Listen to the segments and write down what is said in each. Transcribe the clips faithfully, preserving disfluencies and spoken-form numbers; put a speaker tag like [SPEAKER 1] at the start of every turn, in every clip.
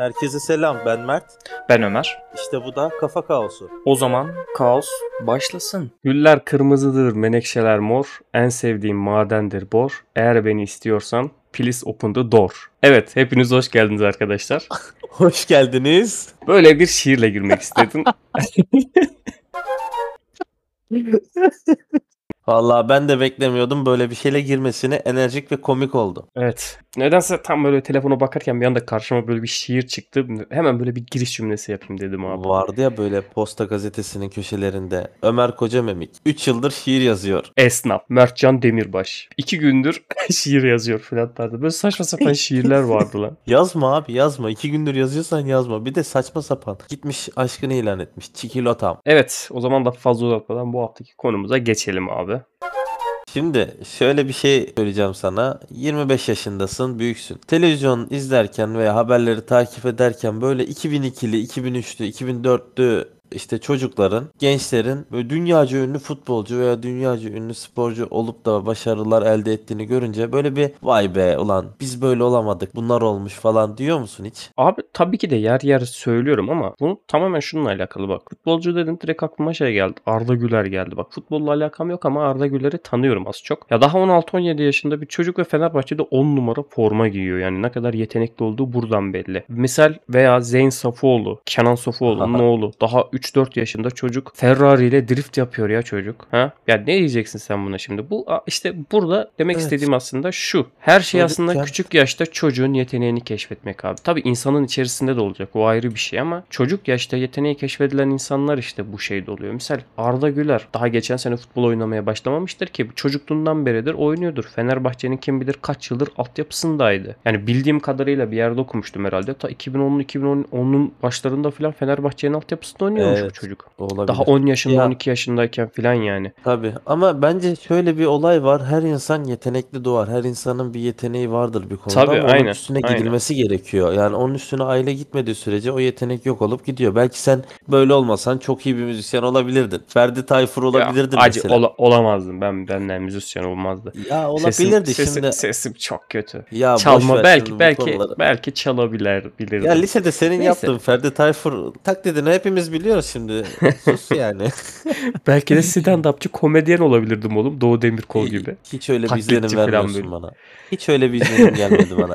[SPEAKER 1] Herkese selam, ben Mert.
[SPEAKER 2] Ben Ömer.
[SPEAKER 1] İşte bu da Kafa Kaosu.
[SPEAKER 2] O zaman kaos başlasın.
[SPEAKER 3] Güller kırmızıdır, menekşeler mor. En sevdiğim madendir bor. Eğer beni istiyorsan please open the door. Evet, hepiniz hoş geldiniz arkadaşlar.
[SPEAKER 1] Hoş geldiniz.
[SPEAKER 3] Böyle bir şiirle girmek istedim.
[SPEAKER 1] Vallahi ben de beklemiyordum böyle bir şeyle girmesini. Enerjik ve komik oldu.
[SPEAKER 3] Evet. Nedense tam böyle telefona bakarken bir anda karşıma böyle bir şiir çıktı. Hemen böyle bir giriş cümlesi yapayım dedim abi.
[SPEAKER 1] Vardı ya böyle Posta Gazetesi'nin köşelerinde Ömer Kocamemik üç yıldır şiir yazıyor.
[SPEAKER 3] Esnaf, Mertcan Demirbaş. iki gündür şiir yazıyor falan tarzı. Böyle saçma sapan şiirler vardı lan.
[SPEAKER 1] Yazma abi yazma. iki gündür yazıyorsan yazma. Bir de saçma sapan. Gitmiş aşkını ilan etmiş. Çikolotam.
[SPEAKER 3] Evet, o zaman da fazla uzatmadan bu haftaki konumuza geçelim abi.
[SPEAKER 1] Şimdi şöyle bir şey söyleyeceğim sana. yirmi beş yaşındasın, büyüksün. Televizyon izlerken veya haberleri takip ederken böyle iki bin ikili, iki bin üçlü, iki bin dörtlü işte çocukların, gençlerin böyle dünyaca ünlü futbolcu veya dünyaca ünlü sporcu olup da başarılar elde ettiğini görünce böyle bir vay be ulan biz böyle olamadık bunlar olmuş falan diyor musun hiç?
[SPEAKER 3] Abi tabii ki de yer yer söylüyorum ama bunu tamamen şununla alakalı bak. Futbolcu dedim direkt aklıma şey geldi. Arda Güler geldi. Bak futbolla alakam yok ama Arda Güler'i tanıyorum az çok. Ya daha on altı on yedi yaşında bir çocuk ve Fenerbahçe'de on numara forma giyiyor. Yani ne kadar yetenekli olduğu buradan belli. Misal veya Zeyn Safoğlu, Kenan Safoğlu'nun oğlu. Daha üç dört yaşında çocuk Ferrari ile drift yapıyor ya çocuk. Ha? Ya ne diyeceksin sen buna şimdi? Bu işte burada demek
[SPEAKER 1] Evet.
[SPEAKER 3] istediğim aslında şu. Her şey aslında
[SPEAKER 1] Çocukken-
[SPEAKER 3] küçük yaşta çocuğun yeteneğini keşfetmek abi. Tabii insanın içerisinde de olacak. O ayrı bir şey ama çocuk yaşta yeteneği keşfedilen insanlar işte bu şeyde oluyor. Misal Arda Güler daha geçen sene futbol oynamaya başlamamıştır ki çocukluğundan beridir oynuyordur. Fenerbahçe'nin kim bilir kaç yıldır altyapısındaydı. Yani bildiğim kadarıyla bir yerde okumuştum herhalde. Ta iki bin onlu iki bin onun başlarında falan Fenerbahçe'nin altyapısında oynuyormuş
[SPEAKER 1] Evet,
[SPEAKER 3] bu çocuk.
[SPEAKER 1] olabilir.
[SPEAKER 3] Daha on yaşında
[SPEAKER 1] Ya-
[SPEAKER 3] on iki yaşındayken falan yani.
[SPEAKER 1] Tabii ama bence şöyle bir olay var. Her insan yetenekli doğar. Her insanın bir yeteneği vardır bir konuda
[SPEAKER 3] Tabii,
[SPEAKER 1] ama onun
[SPEAKER 3] aynen,
[SPEAKER 1] üstüne
[SPEAKER 3] aynen.
[SPEAKER 1] gidilmesi gerekiyor. Yani onun üstüne aile gitmediği sürece o yetenek yok olup gidiyor. Belki sen böyle olmasan çok iyi bir müzisyen olabilirdin. Ferdi Tayfur olabilirdin
[SPEAKER 3] Ya, acı
[SPEAKER 1] mesela.
[SPEAKER 3] ola- olamazdım. Ben benden müzisyen olmazdı.
[SPEAKER 1] Ya
[SPEAKER 3] Sesim,
[SPEAKER 1] olabilirdi
[SPEAKER 3] sesim,
[SPEAKER 1] şimdi.
[SPEAKER 3] sesim çok kötü.
[SPEAKER 1] Ya boş
[SPEAKER 3] Çalma
[SPEAKER 1] ver
[SPEAKER 3] belki
[SPEAKER 1] şimdi bu
[SPEAKER 3] belki
[SPEAKER 1] konuları.
[SPEAKER 3] belki çalabilir bilirdim.
[SPEAKER 1] Ya lisede senin
[SPEAKER 3] Neyse.
[SPEAKER 1] yaptığın Ferdi Tayfur taklidini hepimiz biliyoruz şimdi. Sus yani.
[SPEAKER 3] Belki de stand-upçı komedyen olabilirdim oğlum. Doğu Demirkol gibi.
[SPEAKER 1] Hiç öyle bir
[SPEAKER 3] Taklitçi
[SPEAKER 1] izlenim
[SPEAKER 3] falan
[SPEAKER 1] vermiyorsun
[SPEAKER 3] böyle.
[SPEAKER 1] bana. Hiç öyle bir izlenim gelmedi bana.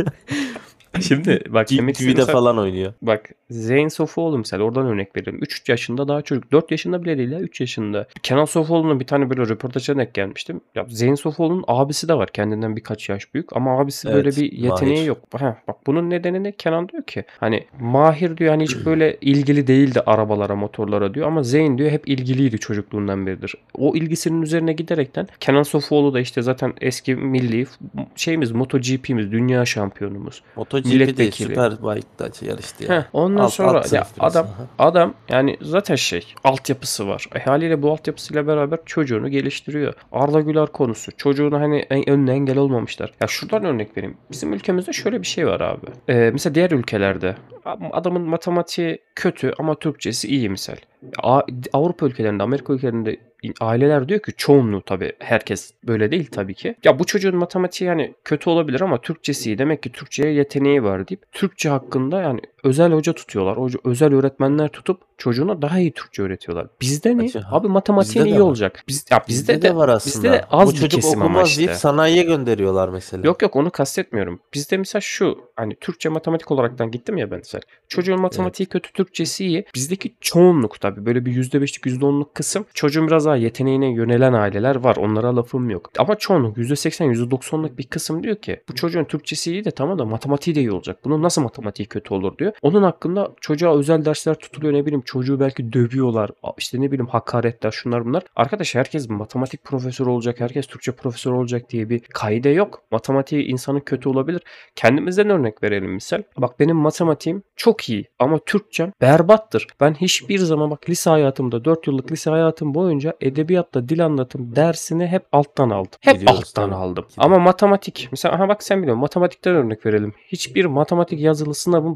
[SPEAKER 3] Şimdi bak
[SPEAKER 1] G-
[SPEAKER 3] demek
[SPEAKER 1] Gibi de
[SPEAKER 3] istediğim
[SPEAKER 1] falan oynuyor.
[SPEAKER 3] bak Zeyn Sofuoğlu mesela oradan örnek verelim. üç yaşında daha çocuk. dört yaşında bile değil ya üç yaşında. Kenan Sofuoğlu'nun bir tane böyle röportajına denk gelmiştim. Ya Zeyn Sofuoğlu'nun abisi de var kendinden birkaç yaş büyük ama abisi böyle
[SPEAKER 1] Evet,
[SPEAKER 3] bir yeteneği
[SPEAKER 1] Mahir.
[SPEAKER 3] yok. Heh, bak bunun nedeni ne? Kenan diyor ki hani Mahir diyor hani hiç böyle ilgili değildi arabalara motorlara diyor ama Zeyn diyor hep ilgiliydi çocukluğundan beridir. O ilgisinin üzerine giderekten Kenan Sofuoğlu da işte zaten eski milli şeyimiz MotoGP'miz dünya şampiyonumuz.
[SPEAKER 1] MotoGP değil,
[SPEAKER 3] Milletvekili.
[SPEAKER 1] Superbike'da yarıştı
[SPEAKER 3] Heh,
[SPEAKER 1] ya.
[SPEAKER 3] ondan
[SPEAKER 1] Alt-
[SPEAKER 3] sonra
[SPEAKER 1] alt
[SPEAKER 3] ya
[SPEAKER 1] sınıf biraz.
[SPEAKER 3] adam
[SPEAKER 1] Aha.
[SPEAKER 3] adam yani zaten şey altyapısı var. E, haliyle bu altyapısıyla beraber çocuğunu geliştiriyor. Arda Güler konusu. Çocuğuna hani en, önüne engel olmamışlar. Ya şuradan örnek vereyim. Bizim ülkemizde şöyle bir şey var abi. Ee, mesela diğer ülkelerde adamın matematiği kötü ama Türkçesi iyi misal. A- Avrupa ülkelerinde, Amerika ülkelerinde aileler diyor ki çoğunluğu tabii herkes böyle değil tabii ki. Ya bu çocuğun matematiği yani kötü olabilir ama Türkçesi iyi. Demek ki Türkçeye yeteneği var deyip Türkçe hakkında yani özel hoca tutuyorlar. Hoca, özel öğretmenler tutup çocuğuna daha iyi Türkçe öğretiyorlar. Bizde ne?
[SPEAKER 1] Acı-
[SPEAKER 3] Abi matematiğin
[SPEAKER 1] Bizde de
[SPEAKER 3] iyi
[SPEAKER 1] var.
[SPEAKER 3] olacak. Biz, ya bizde,
[SPEAKER 1] Bizde de var aslında.
[SPEAKER 3] Bizde de az
[SPEAKER 1] Bu
[SPEAKER 3] bir
[SPEAKER 1] çocuk
[SPEAKER 3] kesim ama
[SPEAKER 1] okumaz
[SPEAKER 3] işte.
[SPEAKER 1] deyip sanayiye gönderiyorlar mesela.
[SPEAKER 3] Yok yok onu kastetmiyorum. Bizde mesela şu hani Türkçe matematik olaraktan gittim ya ben mesela. Çocuğun matematiği kötü Türkçesi iyi. Bizdeki çoğunluk tabii böyle bir yüzde beşlik yüzde onluk kısım çocuğun biraz daha yeteneğine yönelen aileler var. Onlara lafım yok. Ama çoğunluk yüzde seksen yüzde doksanlık bir kısım diyor ki bu çocuğun Türkçesi iyi de tamam da matematiği de iyi olacak. Bunun nasıl matematiği kötü olur diyor. Onun hakkında çocuğa özel dersler tutuluyor ne bileyim çocuğu belki dövüyorlar. İşte ne bileyim hakaretler şunlar bunlar. Arkadaş herkes matematik profesörü olacak. Herkes Türkçe profesörü olacak diye bir kaide yok. Matematiği insanın kötü olabilir. Kendimizden örnek verelim misal. Bak benim matematiğim çok iyi ama Türkçem berbattır. Ben hiçbir zaman bak lise hayatımda dört yıllık lise hayatım boyunca edebiyatla dil anlatım dersini hep alttan aldım. Hep
[SPEAKER 1] Biliyoruz,
[SPEAKER 3] alttan
[SPEAKER 1] tabii.
[SPEAKER 3] aldım.
[SPEAKER 1] Kesinlikle.
[SPEAKER 3] Ama matematik mesela aha bak sen biliyorsun matematikten örnek verelim. Hiçbir matematik yazılı sınavım doksan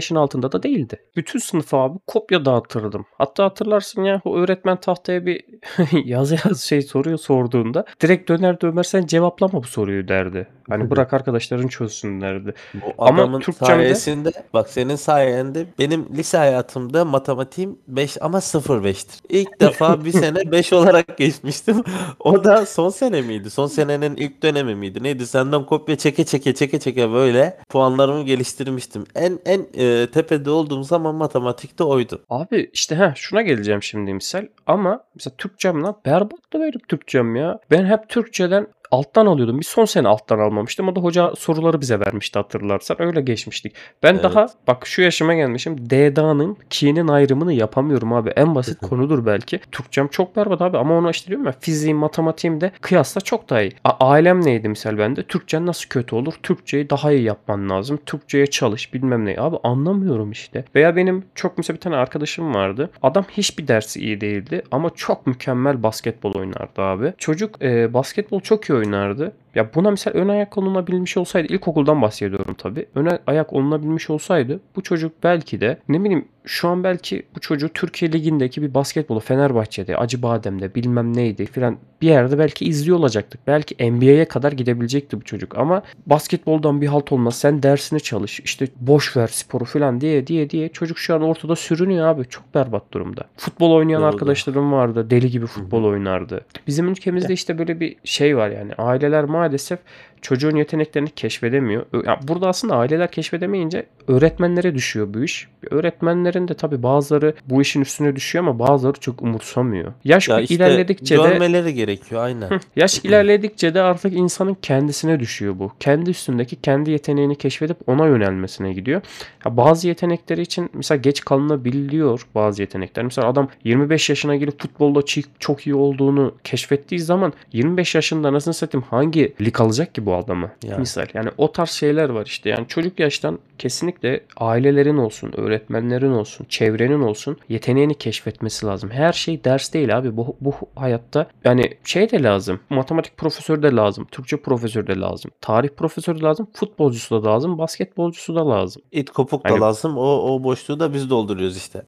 [SPEAKER 3] beşin altında da değildi. Bütün sınıfa abi kopya dağıtırdım. Hatta hatırlarsın ya, o öğretmen tahtaya bir yazı yaz şey soruyor sorduğunda direkt döner döner sen cevaplama bu soruyu derdi. Hani bırak arkadaşların çözsün derdi.
[SPEAKER 1] Bu
[SPEAKER 3] Ama
[SPEAKER 1] adamın
[SPEAKER 3] Türkçemde
[SPEAKER 1] sayesinde bak senin sayende benim lise hayatımda matematiğim beş ama sıfır beştir. İlk defa bir sene beş olarak geçmiştim. O da son sene miydi? Son senenin ilk dönemi miydi? Neydi? Senden kopya çeke çeke çeke çeke böyle puanlarımı geliştirmiştim. En en e, tepede olduğum zaman matematikte oydu.
[SPEAKER 3] abi işte ha şuna geleceğim şimdi misal. Ama mesela Türkçemle berbattı benim Türkçem ya. Ben hep Türkçeden alttan alıyordum. Bir son sene alttan almamıştım. O da hoca soruları bize vermişti hatırlarsan. Öyle geçmiştik. Ben
[SPEAKER 1] Evet.
[SPEAKER 3] daha bak şu yaşıma gelmişim. D'danın ki'nin ayrımını yapamıyorum abi. En basit konudur belki. Türkçem çok berbat abi ama onu işte diyorum ya, fiziğim, matematiğim de kıyasla çok daha iyi. A- ailem neydi misal bende? Türkçen nasıl kötü olur? Türkçeyi daha iyi yapman lazım. Türkçeye çalış bilmem ne. Abi anlamıyorum işte. Veya benim çok mesela bir tane arkadaşım vardı. Adam hiçbir dersi iyi değildi ama çok mükemmel basketbol oynardı abi. Çocuk e, basketbol çok iyi oynardı. Ya buna mesela ön ayak olunabilmiş olsaydı, ilkokuldan bahsediyorum tabii. Ön ayak olunabilmiş olsaydı bu çocuk belki de ne bileyim şu an belki bu çocuğu Türkiye Ligi'ndeki bir basketbolu Fenerbahçe'de, Acıbadem'de bilmem neydi filan bir yerde belki izliyor olacaktık. Belki N B A'ye kadar gidebilecekti bu çocuk ama basketboldan bir halt olmaz. Sen dersini çalış, işte boş ver sporu filan diye diye diye çocuk şu an ortada sürünüyor abi. Çok berbat durumda. Futbol oynayan
[SPEAKER 1] Doğru.
[SPEAKER 3] arkadaşlarım vardı. Deli gibi
[SPEAKER 1] Hı
[SPEAKER 3] futbol
[SPEAKER 1] hı.
[SPEAKER 3] oynardı. Bizim ülkemizde işte böyle bir şey var yani. Aileler maalesef çocuğun yeteneklerini keşfedemiyor. Ö- ya burada aslında aileler keşfedemeyince öğretmenlere düşüyor bu iş. Öğretmenlerin de tabii bazıları bu işin üstüne düşüyor ama bazıları çok umursamıyor. Yaş
[SPEAKER 1] Ya
[SPEAKER 3] bir
[SPEAKER 1] işte
[SPEAKER 3] ilerledikçe de
[SPEAKER 1] görmeleri gerekiyor aynen.
[SPEAKER 3] Hı, yaş ilerledikçe de artık insanın kendisine düşüyor bu. Kendi üstündeki kendi yeteneğini keşfedip ona yönelmesine gidiyor. Ya bazı yetenekleri için mesela geç kalınabiliyor bazı yetenekler. Mesela adam yirmi beş yaşına gelip futbolda çi- çok iyi olduğunu keşfettiği zaman yirmi beş yaşında nasıl satayım hangi lig alacak ki bu adamı?
[SPEAKER 1] Yani.
[SPEAKER 3] Misal yani o tarz şeyler var işte. Yani çocuk yaştan kesinlikle ailelerin olsun, öğretmenlerin olsun, çevrenin olsun yeteneğini keşfetmesi lazım. Her şey ders değil abi. Bu, bu hayatta yani şey de lazım. Matematik profesörü de lazım. Türkçe profesörü de lazım. Tarih profesörü de lazım. Futbolcusu da lazım. Basketbolcusu da lazım.
[SPEAKER 1] İt kopuk da
[SPEAKER 3] Hani
[SPEAKER 1] lazım. O o boşluğu da biz dolduruyoruz işte.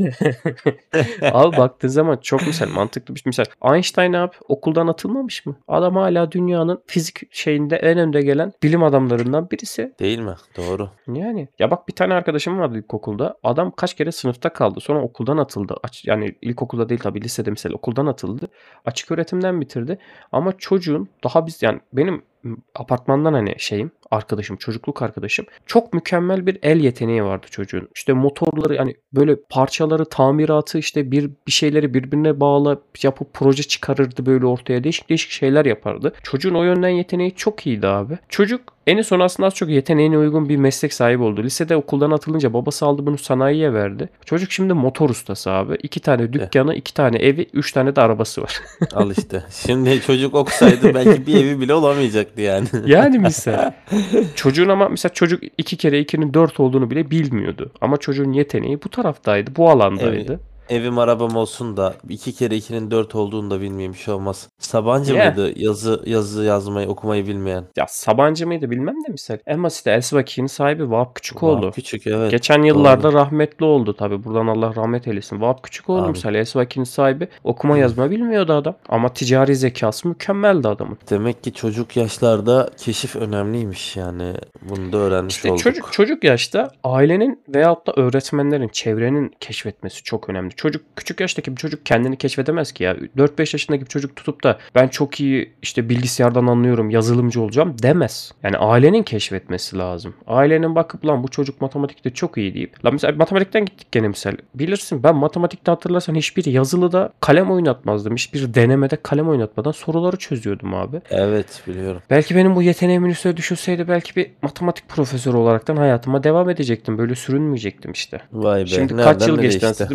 [SPEAKER 3] abi baktığın zaman çok misal mantıklı bir şey. Misal Einstein abi okuldan atılmamış mı? Adam hala dünyanın fizik şeyinde en önde gelen bilim adamlarından birisi.
[SPEAKER 1] Değil mi? Doğru.
[SPEAKER 3] Yani ya bak bir tane arkadaşım vardı ilkokulda. Adam kaç kere sınıfta kaldı. Sonra okuldan atıldı. Aç, yani ilkokulda değil tabii lisede mesela okuldan atıldı. Açık öğretimden bitirdi. Ama çocuğun daha biz yani benim m, apartmandan hani şeyim arkadaşım çocukluk arkadaşım çok mükemmel bir el yeteneği vardı çocuğun. İşte motorları yani böyle parçaları tamiratı işte bir bir şeyleri birbirine bağla yapıp proje çıkarırdı böyle ortaya değişik değişik şeyler yapardı. Çocuğun o yönden yeteneği çok iyiydi abi. Çocuk en son aslında az çok yeteneğine uygun bir meslek sahibi oldu. Lisede okuldan atılınca babası aldı bunu sanayiye verdi. Çocuk şimdi motor ustası abi. İki tane dükkanı, iki tane evi, üç tane de arabası var.
[SPEAKER 1] Al işte. Şimdi çocuk okusaydı belki bir evi bile olamayacaktı yani.
[SPEAKER 3] Yani misal. Çocuğun ama mesela çocuk iki kere ikinin dört olduğunu bile bilmiyordu. Ama çocuğun yeteneği bu taraftaydı, bu alandaydı.
[SPEAKER 1] Evi, evim arabam olsun da iki kere ikinin dört olduğunu da bilmeyeyim bir şey olmaz. Sabancı
[SPEAKER 3] Yeah.
[SPEAKER 1] mıydı yazı yazı yazmayı okumayı bilmeyen?
[SPEAKER 3] Ya Sabancı mıydı bilmem de misal. En basit Elsevier'in sahibi Vahap Küçükoğlu.
[SPEAKER 1] Vahap Küçük evet.
[SPEAKER 3] Geçen yıllarda
[SPEAKER 1] Doğru.
[SPEAKER 3] rahmetli oldu tabi. Buradan Allah rahmet eylesin. Vahap Küçükoğlu
[SPEAKER 1] Amin.
[SPEAKER 3] misal Elsevier'in sahibi. Okuma yazma bilmiyordu adam. Ama ticari zekası mükemmeldi adamın.
[SPEAKER 1] Demek ki çocuk yaşlarda keşif önemliymiş yani. Bunu da öğrenmiş
[SPEAKER 3] İşte
[SPEAKER 1] olduk.
[SPEAKER 3] çocuk çocuk yaşta ailenin veyahut da öğretmenlerin, çevrenin keşfetmesi çok önemli. Çocuk küçük yaştaki bir çocuk kendini keşfedemez ki ya. dört beş yaşındaki bir çocuk tutup da ben çok iyi işte bilgisayardan anlıyorum, yazılımcı olacağım demez. Yani ailenin keşfetmesi lazım. Ailenin bakıp lan bu çocuk matematikte çok iyi deyip. Lan mesela matematikten gittik gene misal. Bilirsin ben matematikte hatırlarsan hiçbir yazılıda kalem oynatmazdım. Hiçbir denemede kalem oynatmadan soruları çözüyordum abi.
[SPEAKER 1] Evet biliyorum.
[SPEAKER 3] Belki benim bu yeteneğimin üstüne düşülseydi belki bir matematik profesörü olaraktan hayatıma devam edecektim. Böyle sürünmeyecektim işte.
[SPEAKER 1] Vay be.
[SPEAKER 3] Şimdi
[SPEAKER 1] Nereden
[SPEAKER 3] kaç yıl
[SPEAKER 1] nereye
[SPEAKER 3] geçti
[SPEAKER 1] işte.
[SPEAKER 3] dedim. Sorsan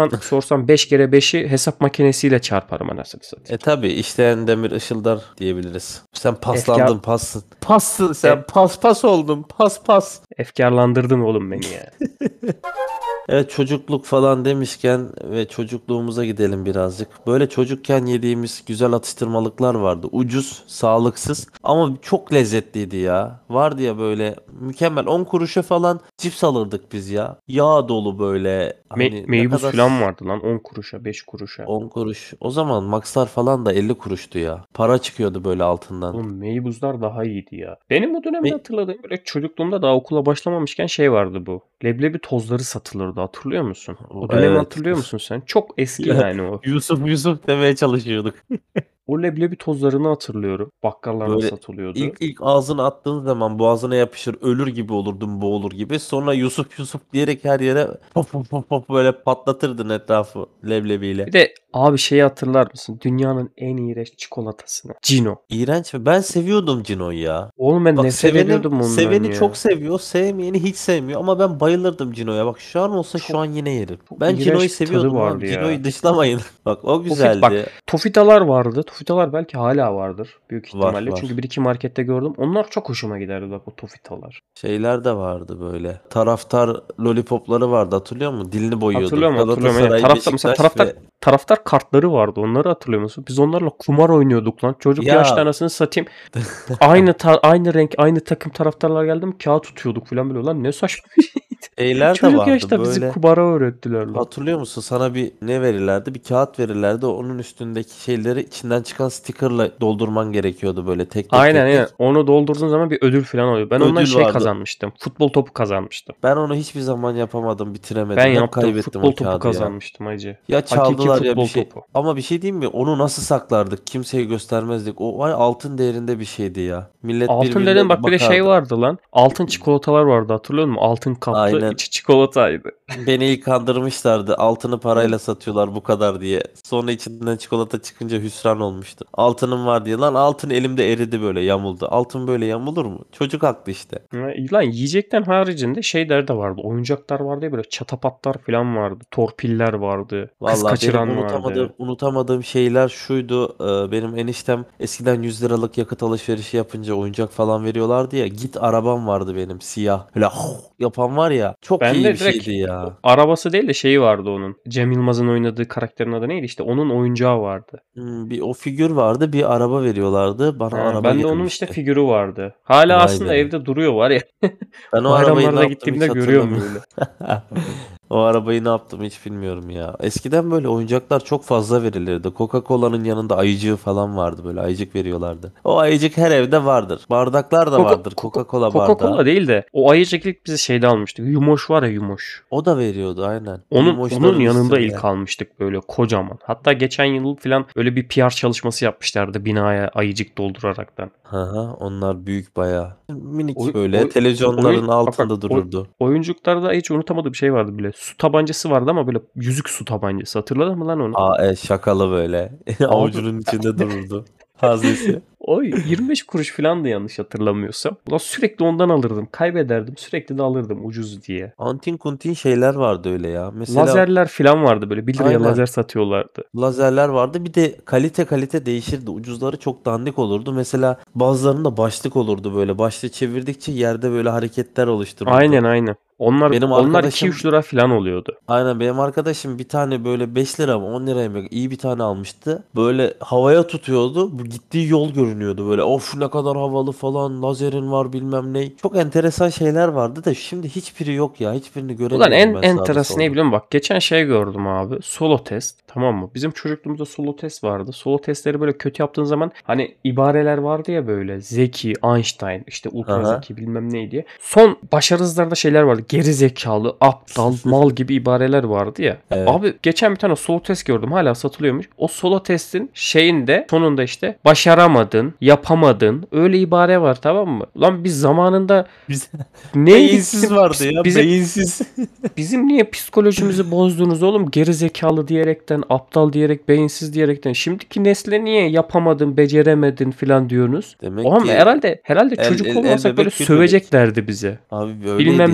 [SPEAKER 3] falan sorsam beş kere beşi hesap makinesiyle çarparım anasını satayım.
[SPEAKER 1] E tabi işleyen demir ışıldar diyebiliriz. Sen paslandın
[SPEAKER 3] Efkar-
[SPEAKER 1] passın. Passın sen
[SPEAKER 3] E-
[SPEAKER 1] pas pas oldun pas pas.
[SPEAKER 3] Efkarlandırdın oğlum beni ya.
[SPEAKER 1] Evet çocukluk falan demişken ve çocukluğumuza gidelim birazcık. Böyle çocukken yediğimiz güzel atıştırmalıklar vardı. Ucuz, sağlıksız ama çok lezzetliydi ya. Vardı ya böyle mükemmel on kuruşa falan cips alırdık biz ya. Yağ dolu böyle.
[SPEAKER 3] Me-
[SPEAKER 1] Hani ne
[SPEAKER 3] meybuz
[SPEAKER 1] kadar
[SPEAKER 3] falan vardı lan on kuruşa beş kuruşa.
[SPEAKER 1] on kuruş. O zaman Maxlar falan da elli kuruştu ya. Para çıkıyordu böyle altından.
[SPEAKER 3] Oğlum meybuzlar daha iyiydi ya. Benim o dönemde
[SPEAKER 1] Me-
[SPEAKER 3] hatırladığım böyle çocukluğumda daha okula başlamamışken şey vardı bu. Leblebi tozları satılırdı hatırlıyor musun? O dönemi
[SPEAKER 1] Evet.
[SPEAKER 3] hatırlıyor musun sen? Çok eski
[SPEAKER 1] Ya,
[SPEAKER 3] yani o.
[SPEAKER 1] Yusuf Yusuf demeye çalışıyorduk.
[SPEAKER 3] O leblebi tozlarını hatırlıyorum. Bakkallarda
[SPEAKER 1] Böyle
[SPEAKER 3] satılıyordu.
[SPEAKER 1] İlk ilk ağzına attığın zaman boğazına yapışır ölür gibi olurdun boğulur gibi. Sonra Yusuf Yusuf diyerek her yere pop pop pop pop böyle patlatırdın etrafı leblebiyle.
[SPEAKER 3] Bir de abi şeyi hatırlar mısın? Dünyanın en iğrenç çikolatasını. Cino.
[SPEAKER 1] İğrenç mi? Ben seviyordum Cino'yu ya.
[SPEAKER 3] Oğlum ben
[SPEAKER 1] Bak
[SPEAKER 3] nefret ediyordum
[SPEAKER 1] seveni,
[SPEAKER 3] ondan
[SPEAKER 1] seveni
[SPEAKER 3] ya.
[SPEAKER 1] çok seviyor, sevmeyeni hiç sevmiyor ama ben bayılırdım Cino'ya. Bak şu an olsa şu
[SPEAKER 3] Çok-
[SPEAKER 1] an yine yerim.
[SPEAKER 3] çok
[SPEAKER 1] Ben
[SPEAKER 3] iğrenç
[SPEAKER 1] Cino'yu
[SPEAKER 3] bir tadı
[SPEAKER 1] seviyordum
[SPEAKER 3] vardı
[SPEAKER 1] abi.
[SPEAKER 3] ya.
[SPEAKER 1] Cino'yu dışlamayın. Bak o
[SPEAKER 3] Tofit-
[SPEAKER 1] güzeldi.
[SPEAKER 3] bak Tofitalar vardı. Tofitalar belki hala vardır. Büyük
[SPEAKER 1] Var,
[SPEAKER 3] ihtimalle.
[SPEAKER 1] var.
[SPEAKER 3] Çünkü bir iki markette gördüm. Onlar çok hoşuma giderdi bak o Tofitalar.
[SPEAKER 1] Şeyler de vardı böyle. Taraftar lollipopları vardı hatırlıyor musun? Dilini boyuyordun.
[SPEAKER 3] Hatırlıyorum hatırlıyorum. Yani
[SPEAKER 1] Galatasaray,
[SPEAKER 3] taraftar, mesela
[SPEAKER 1] Beşiktaş
[SPEAKER 3] taraftar,
[SPEAKER 1] ve
[SPEAKER 3] taraftar kartları vardı. Onları hatırlıyor musun? Biz onlarla kumar oynuyorduk lan. Çocuk
[SPEAKER 1] Ya.
[SPEAKER 3] yaşta anasını satayım. aynı ta- aynı renk, aynı takım taraftarlar geldi mi kağıt tutuyorduk falan böyle. Lan ne saçma bir şey.
[SPEAKER 1] şeyler de
[SPEAKER 3] Çocuk
[SPEAKER 1] vardı
[SPEAKER 3] yaşta bizi
[SPEAKER 1] böyle.
[SPEAKER 3] kumara öğrettiler lan.
[SPEAKER 1] Hatırlıyor musun? Sana bir ne verirlerdi? Bir kağıt verirlerdi. Onun üstündeki şeyleri içinden çıkan stickerla doldurman gerekiyordu böyle tek tek
[SPEAKER 3] Aynen
[SPEAKER 1] tek tek.
[SPEAKER 3] aynen. Onu doldurduğun zaman bir ödül falan oluyor. Ben ondan
[SPEAKER 1] Ödül
[SPEAKER 3] şey
[SPEAKER 1] vardı.
[SPEAKER 3] kazanmıştım. Futbol topu kazanmıştım.
[SPEAKER 1] Ben onu hiçbir zaman yapamadım, bitiremedim.
[SPEAKER 3] Ben
[SPEAKER 1] Hep
[SPEAKER 3] yaptım.
[SPEAKER 1] kaybettim
[SPEAKER 3] Futbol
[SPEAKER 1] o
[SPEAKER 3] topu
[SPEAKER 1] kağıdı ya.
[SPEAKER 3] kazanmıştım hacı.
[SPEAKER 1] Ya
[SPEAKER 3] Hakiki
[SPEAKER 1] çaldılar ya bir
[SPEAKER 3] futbol
[SPEAKER 1] şey.
[SPEAKER 3] topu.
[SPEAKER 1] Ama bir şey diyeyim mi? Onu nasıl saklardık? Kimseye göstermezdik. O var ya, altın değerinde bir şeydi ya. Millet
[SPEAKER 3] Altın
[SPEAKER 1] birbirine
[SPEAKER 3] dedim bak bir de şey
[SPEAKER 1] bakardı.
[SPEAKER 3] vardı lan. Altın çikolatalar vardı hatırlıyor musun? Altın kaplı
[SPEAKER 1] Aynen.
[SPEAKER 3] içi çikolataydı.
[SPEAKER 1] Beni ilk kandırmışlardı. Altını parayla satıyorlar bu kadar diye. Sonra içinden çikolata çıkınca hüsran olmuştu. Altınım var diye. Lan altın elimde eridi böyle yamuldu. Altın böyle yamulur mu? Çocuk haklı işte.
[SPEAKER 3] Ya, lan yiyecekten haricinde şeyler de vardı. Oyuncaklar vardı ya böyle çatapatlar falan vardı. Torpiller vardı. Kız
[SPEAKER 1] Vallahi benim
[SPEAKER 3] kaçıran
[SPEAKER 1] unutamadığım,
[SPEAKER 3] vardı.
[SPEAKER 1] unutamadığım şeyler şuydu. Ee, benim eniştem eskiden yüz liralık yakıt alışverişi yapınca oyuncak falan veriyorlardı ya. Git arabam vardı benim siyah. Öyle yapan var ya. Çok
[SPEAKER 3] Ben
[SPEAKER 1] iyi
[SPEAKER 3] de
[SPEAKER 1] bir
[SPEAKER 3] direkt
[SPEAKER 1] şeydi ya.
[SPEAKER 3] arabası değil de şeyi vardı onun. Cem Yılmaz'ın oynadığı karakterin adı neydi? İşte onun oyuncağı vardı.
[SPEAKER 1] Hmm, bir o figür vardı, bir araba veriyorlardı. Bana
[SPEAKER 3] Ha,
[SPEAKER 1] araba
[SPEAKER 3] ben de onun işte
[SPEAKER 1] gelmişti.
[SPEAKER 3] figürü vardı. Hala
[SPEAKER 1] Vay
[SPEAKER 3] aslında
[SPEAKER 1] be.
[SPEAKER 3] evde duruyor var ya.
[SPEAKER 1] Ben o arabayı ne
[SPEAKER 3] Bayramlarda
[SPEAKER 1] yaptım
[SPEAKER 3] gittiğimde
[SPEAKER 1] hiç
[SPEAKER 3] görüyorum
[SPEAKER 1] hatırlamıyorum.
[SPEAKER 3] böyle.
[SPEAKER 1] O arabayı ne yaptım hiç bilmiyorum ya. Eskiden böyle oyuncaklar çok fazla verilirdi. Coca-Cola'nın yanında ayıcığı falan vardı böyle. Ayıcık veriyorlardı. O ayıcık her evde vardır. Bardaklar da
[SPEAKER 3] Coca-
[SPEAKER 1] vardır.
[SPEAKER 3] Coca-
[SPEAKER 1] Coca-Cola bardağı.
[SPEAKER 3] Coca-Cola değil de o ayıcık ilk bizi şeyde almıştık. Yumoş var ya Yumoş.
[SPEAKER 1] O da veriyordu aynen.
[SPEAKER 3] Onun
[SPEAKER 1] Yumoşların
[SPEAKER 3] onun yanında
[SPEAKER 1] üstünde.
[SPEAKER 3] ilk almıştık böyle kocaman. Hatta geçen yıl falan öyle bir P R çalışması yapmışlardı binaya ayıcık dolduraraktan.
[SPEAKER 1] Hı hı, onlar büyük bayağı. Minik
[SPEAKER 3] Oy-
[SPEAKER 1] böyle
[SPEAKER 3] oy-
[SPEAKER 1] televizyonların
[SPEAKER 3] oyun- bak
[SPEAKER 1] altında
[SPEAKER 3] bak, oy-
[SPEAKER 1] dururdu.
[SPEAKER 3] oyuncuklarda hiç unutamadığım bir şey vardı bile. Su tabancası vardı ama böyle yüzük su tabancası. Hatırladın mı lan onu?
[SPEAKER 1] Aa e, şakalı böyle. Avucunun içinde dururdu. Haznesi.
[SPEAKER 3] O yirmi beş kuruş falandı yanlış hatırlamıyorsam. Ulan sürekli ondan alırdım. Kaybederdim. Sürekli de alırdım ucuz diye.
[SPEAKER 1] Antin kuntin şeyler vardı öyle ya. Mesela
[SPEAKER 3] Lazerler falan vardı böyle. bir liraya
[SPEAKER 1] Aynen.
[SPEAKER 3] lazer satıyorlardı.
[SPEAKER 1] lazerler vardı. Bir de kalite kalite değişirdi. Ucuzları çok dandik olurdu. Mesela bazılarında başlık olurdu böyle. Başlığı çevirdikçe yerde böyle hareketler oluştururdu.
[SPEAKER 3] Aynen aynen. Onlar
[SPEAKER 1] Benim
[SPEAKER 3] onlar
[SPEAKER 1] arkadaşım-
[SPEAKER 3] iki üç lira falan oluyordu.
[SPEAKER 1] Aynen benim arkadaşım bir tane böyle beş lira mı on liraya mı iyi bir tane almıştı. Böyle havaya tutuyordu. Bu gittiği yol görünüyordu böyle. Of ne kadar havalı falan. Lazerin var bilmem ne. Çok enteresan şeyler vardı da şimdi hiçbiri yok ya. Hiçbirini göremiyorum
[SPEAKER 3] Ulan en
[SPEAKER 1] ben sağda
[SPEAKER 3] enteresan ne
[SPEAKER 1] solda.
[SPEAKER 3] biliyor musun? Bak geçen şey gördüm abi. Solo test. Tamam mı? Bizim çocukluğumuzda solo test vardı. Solo testleri böyle kötü yaptığın zaman hani ibareler vardı ya böyle. Zeki, Einstein, işte ultra
[SPEAKER 1] Aha.
[SPEAKER 3] zeki bilmem ne diye. Son başarısızlarda şeyler vardı. Geri zekalı, aptal, mal gibi ibareler vardı ya.
[SPEAKER 1] Evet.
[SPEAKER 3] Abi geçen bir tane solo test gördüm. Hala satılıyormuş. O solo testin şeyinde sonunda işte başaramadın, yapamadın. Öyle ibare var tamam mı? Ulan biz zamanında
[SPEAKER 1] Biz
[SPEAKER 3] neydik
[SPEAKER 1] beyinsiz
[SPEAKER 3] bizim-
[SPEAKER 1] vardı ya.
[SPEAKER 3] bizim-
[SPEAKER 1] Beyinsiz.
[SPEAKER 3] Bizim niye psikolojimizi bozdunuz oğlum? Geri zekalı diyerekten, aptal diyerek, beyinsiz diyerekten. Şimdiki nesle niye yapamadın, beceremedin falan diyorsunuz?
[SPEAKER 1] Demek
[SPEAKER 3] Oğlum
[SPEAKER 1] ki
[SPEAKER 3] herhalde herhalde
[SPEAKER 1] el-
[SPEAKER 3] çocuk
[SPEAKER 1] el- el
[SPEAKER 3] olmasak
[SPEAKER 1] bebek
[SPEAKER 3] böyle
[SPEAKER 1] gül bebek.
[SPEAKER 3] söveceklerdi bize.
[SPEAKER 1] abi öyleydi
[SPEAKER 3] Bilmem
[SPEAKER 1] ya.
[SPEAKER 3] neyin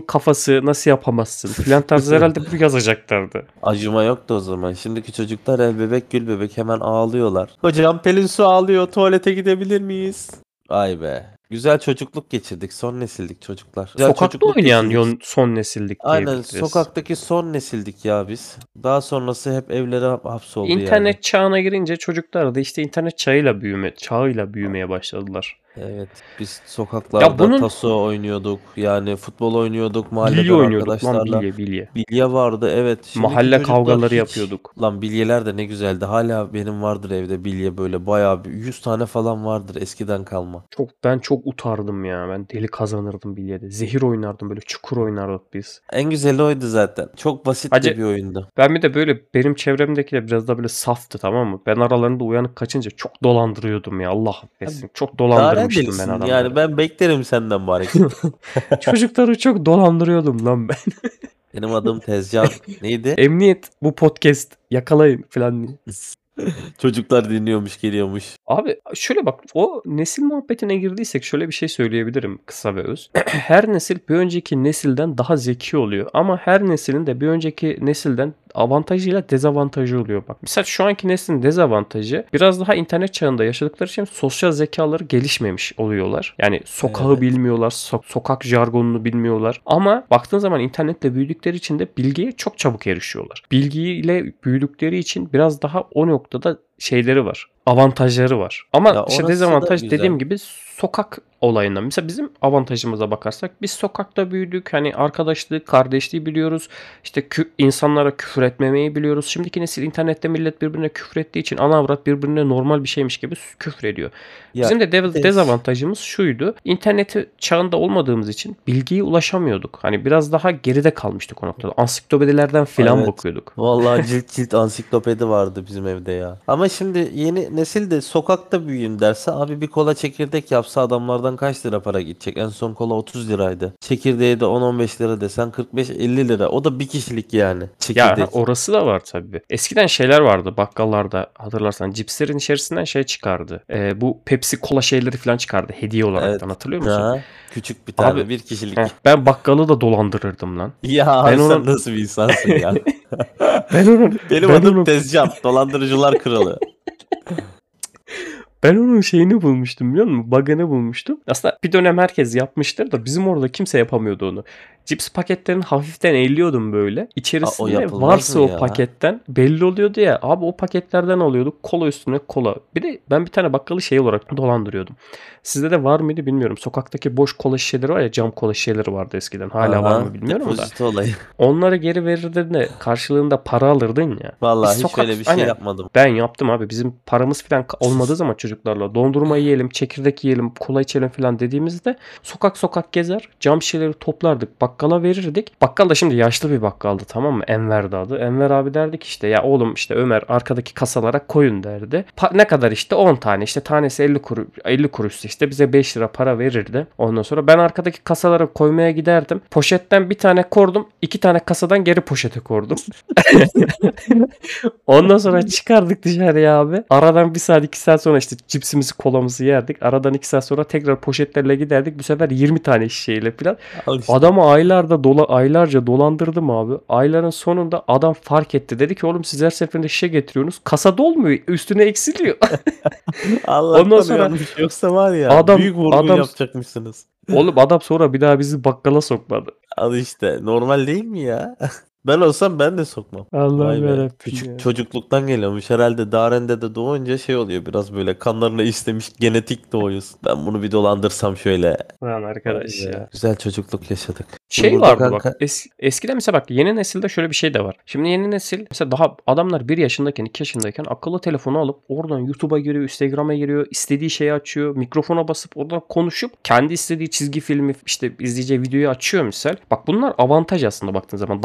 [SPEAKER 3] kafası nasıl yapamazsın filan tarzı herhalde bunu yazacaklardı.
[SPEAKER 1] Acıma yoktu o zaman. Şimdiki çocuklar el bebek gül bebek hemen ağlıyorlar. Hocam Pelin Su ağlıyor. Tuvalete gidebilir miyiz? Ay be. Güzel çocukluk geçirdik. Son nesildik çocuklar. Güzel
[SPEAKER 3] Sokakta
[SPEAKER 1] çocukluk
[SPEAKER 3] oynayan
[SPEAKER 1] geçirdik.
[SPEAKER 3] yon- son nesildik
[SPEAKER 1] Aynen
[SPEAKER 3] diyebiliriz.
[SPEAKER 1] sokaktaki son nesildik ya biz. Daha sonrası hep evlere hapsoldu
[SPEAKER 3] İnternet
[SPEAKER 1] yani.
[SPEAKER 3] çağına girince çocuklar da işte internet çağıyla büyüme, çağıyla büyümeye başladılar.
[SPEAKER 1] Evet, biz sokaklarda
[SPEAKER 3] Ya bunun
[SPEAKER 1] taso oynuyorduk. Yani futbol oynuyorduk mahalleden
[SPEAKER 3] bilye oynuyorduk lan,
[SPEAKER 1] arkadaşlarla.
[SPEAKER 3] bilye bilye.
[SPEAKER 1] Bilye vardı evet. Şimdiki
[SPEAKER 3] Mahalle
[SPEAKER 1] çocuklar
[SPEAKER 3] kavgaları
[SPEAKER 1] hiç.
[SPEAKER 3] yapıyorduk.
[SPEAKER 1] Lan bilyeler de ne güzeldi. Hala benim vardır evde bilye böyle bayağı bir yüz tane falan vardır eskiden kalma.
[SPEAKER 3] Çok ben çok utardım ya. Ben deli kazanırdım bilyede. Zehir oynardım, böyle çukur oynardık biz.
[SPEAKER 1] En güzeli oydu zaten. Çok basit de
[SPEAKER 3] Hacı
[SPEAKER 1] bir oyundu.
[SPEAKER 3] ben bir de böyle benim çevremdekiler biraz da böyle saftı, tamam mı? Ben aralarında uyanık kaçınca çok dolandırıyordum ya, Allah affetsin. Çok
[SPEAKER 1] Daren
[SPEAKER 3] dolandırmıştım ben
[SPEAKER 1] delisin
[SPEAKER 3] adamları.
[SPEAKER 1] yani ben beklerim senden bu hareketi.
[SPEAKER 3] Çocukları çok dolandırıyordum lan ben.
[SPEAKER 1] Benim adım Tezcan. Neydi?
[SPEAKER 3] Emniyet bu podcast yakalayın falan diye.
[SPEAKER 1] Çocuklar dinliyormuş geliyormuş.
[SPEAKER 3] Abi şöyle bak, o nesil muhabbetine girdiysek şöyle bir şey söyleyebilirim kısa ve öz. Her nesil bir önceki nesilden daha zeki oluyor ama her neslin de bir önceki nesilden avantajıyla dezavantajı oluyor bak. Mesela şu anki neslin dezavantajı biraz daha internet çağında yaşadıkları için sosyal zekaları gelişmemiş oluyorlar. Yani sokağı
[SPEAKER 1] Evet.
[SPEAKER 3] bilmiyorlar, so- sokak jargonunu bilmiyorlar. Ama baktığın zaman internetle büyüdükleri için de bilgiye çok çabuk erişiyorlar. Bilgiyle büyüdükleri için biraz daha o noktada şeyleri var. Avantajları var. Ama
[SPEAKER 1] Ya
[SPEAKER 3] işte
[SPEAKER 1] orası da
[SPEAKER 3] dezavantaj
[SPEAKER 1] güzel.
[SPEAKER 3] dediğim gibi sokak olayından. Mesela bizim avantajımıza bakarsak biz sokakta büyüdük. Hani arkadaşlığı, kardeşliği biliyoruz. İşte kü- insanlara küfür etmemeyi biliyoruz. Şimdiki nesil internette millet birbirine küfür ettiği için ana avrat birbirine normal bir şeymiş gibi küfür ediyor.
[SPEAKER 1] Ya
[SPEAKER 3] Bizim de
[SPEAKER 1] bir
[SPEAKER 3] dev-
[SPEAKER 1] de-
[SPEAKER 3] dezavantajımız şuydu. İnterneti çağında olmadığımız için bilgiye ulaşamıyorduk. Hani biraz daha geride kalmıştık o noktada. Ansiklopedilerden filan
[SPEAKER 1] Evet.
[SPEAKER 3] bakıyorduk.
[SPEAKER 1] Vallahi cilt cilt ansiklopedi vardı bizim evde ya. Ama şimdi yeni nesil de sokakta büyüyün derse abi bir kola çekirdek yapsa adamlardan kaç lira para gidecek? En son kola otuz liraydı. Çekirdeği de on on beş lira desen kırk beş elli lira. O da bir kişilik yani.
[SPEAKER 3] Ya
[SPEAKER 1] Çekirdek.
[SPEAKER 3] ha, orası da var tabii. Eskiden şeyler vardı bakkallarda, hatırlarsan cipslerin içerisinden şey çıkardı. Ee, bu Pepsi kola şeyleri falan çıkardı hediye olaraktan,
[SPEAKER 1] Evet.
[SPEAKER 3] hatırlıyor musun?
[SPEAKER 1] Aha, küçük bir tane
[SPEAKER 3] Abi,
[SPEAKER 1] bir kişilik.
[SPEAKER 3] Heh, ben bakkalı da dolandırırdım lan.
[SPEAKER 1] Ya
[SPEAKER 3] Ben
[SPEAKER 1] sen
[SPEAKER 3] onun-
[SPEAKER 1] nasıl bir insansın ya?
[SPEAKER 3] Ben onun
[SPEAKER 1] Benim
[SPEAKER 3] ben
[SPEAKER 1] adım
[SPEAKER 3] onun,
[SPEAKER 1] Tezcan. Dolandırıcılar kralı.
[SPEAKER 3] ben onun şeyini bulmuştum, biliyor musun? Bug'ını bulmuştum. Aslında bir dönem herkes yapmıştır da bizim orada kimse yapamıyordu onu. Cips paketlerini hafiften elliyordum böyle. İçerisinde
[SPEAKER 1] yapılmaz
[SPEAKER 3] varsa
[SPEAKER 1] mı
[SPEAKER 3] o
[SPEAKER 1] ya?
[SPEAKER 3] paketten belli oluyordu ya. Abi o paketlerden alıyorduk. Kola üstüne kola. Bir de ben bir tane bakkalı şey olarak dolandırıyordum. Sizde de var mıydı bilmiyorum. Sokaktaki boş kola şişeleri var ya, cam kola şişeleri vardı eskiden. Hala var
[SPEAKER 1] Aha,
[SPEAKER 3] mı bilmiyorum da.
[SPEAKER 1] depozito olayı.
[SPEAKER 3] Onları geri verirdin de karşılığında para alırdın ya.
[SPEAKER 1] Vallahi
[SPEAKER 3] Biz
[SPEAKER 1] hiç
[SPEAKER 3] sokak-
[SPEAKER 1] öyle bir şey
[SPEAKER 3] Aynen.
[SPEAKER 1] yapmadım.
[SPEAKER 3] Ben yaptım abi. Bizim paramız falan ka- olmadığı zaman çocuklarla dondurma yiyelim, çekirdek yiyelim, kola içelim falan dediğimizde sokak sokak gezer, cam şişeleri toplardık, bakkala verirdik. Bakkal da şimdi yaşlı bir bakkaldı, tamam mı? Enver'di adı. Enver abi derdik işte, ya oğlum işte Ömer arkadaki kasalara koyun derdi. Pa- ne kadar işte on tane, işte tanesi elli kuruş, elli kuruşsa işte bize beş lira para verirdi. Ondan sonra ben arkadaki kasalara koymaya giderdim. Poşetten bir tane kordum, iki tane kasadan geri poşete kordum. Ondan sonra çıkardık dışarıya abi. Aradan bir saat iki saat sonra işte cipsimizi kolamızı yerdik. Aradan iki saat sonra tekrar poşetlerle giderdik. Bu sefer yirmi tane şişeyle falan.
[SPEAKER 1] Al işte.
[SPEAKER 3] Adamı aylarda dola aylarca dolandırdım abi. Ayların sonunda adam fark etti. Dedi ki oğlum siz her seferinde şişe getiriyorsunuz. Kasa dolmuyor. Üstüne eksiliyor.
[SPEAKER 1] Allah'tan
[SPEAKER 3] Ondan sonra
[SPEAKER 1] uyanmış. Yoksa var ya
[SPEAKER 3] adam-
[SPEAKER 1] büyük vurgun
[SPEAKER 3] adam-
[SPEAKER 1] yapacakmışsınız.
[SPEAKER 3] Oğlum adam sonra bir daha bizi bakkala sokmadı.
[SPEAKER 1] Al işte normal değil mi ya? Ben olsam ben de sokmam.
[SPEAKER 3] Allah'ım
[SPEAKER 1] Vay be.
[SPEAKER 3] yarabbim
[SPEAKER 1] Küçük
[SPEAKER 3] ya.
[SPEAKER 1] çocukluktan geliyormuş. Herhalde Daren'de de doğunca şey oluyor biraz böyle kanlarına istemiş genetik doğuyorsun. Ben bunu bir dolandırsam şöyle.
[SPEAKER 3] Lan arkadaş
[SPEAKER 1] Vay be.
[SPEAKER 3] ya.
[SPEAKER 1] Güzel çocukluk yaşadık.
[SPEAKER 3] Şey
[SPEAKER 1] Burada
[SPEAKER 3] vardı
[SPEAKER 1] kanka-
[SPEAKER 3] bak. Es, eskiden mesela bak yeni nesilde şöyle bir şey de var. Şimdi yeni nesil mesela daha adamlar bir yaşındayken iki yaşındayken akıllı telefonu alıp oradan YouTube'a giriyor, Instagram'a giriyor, istediği şeyi açıyor, mikrofona basıp oradan konuşup kendi istediği çizgi filmi işte izleyeceği videoyu açıyor misal. Bak bunlar avantaj aslında baktığın zaman, daha zeki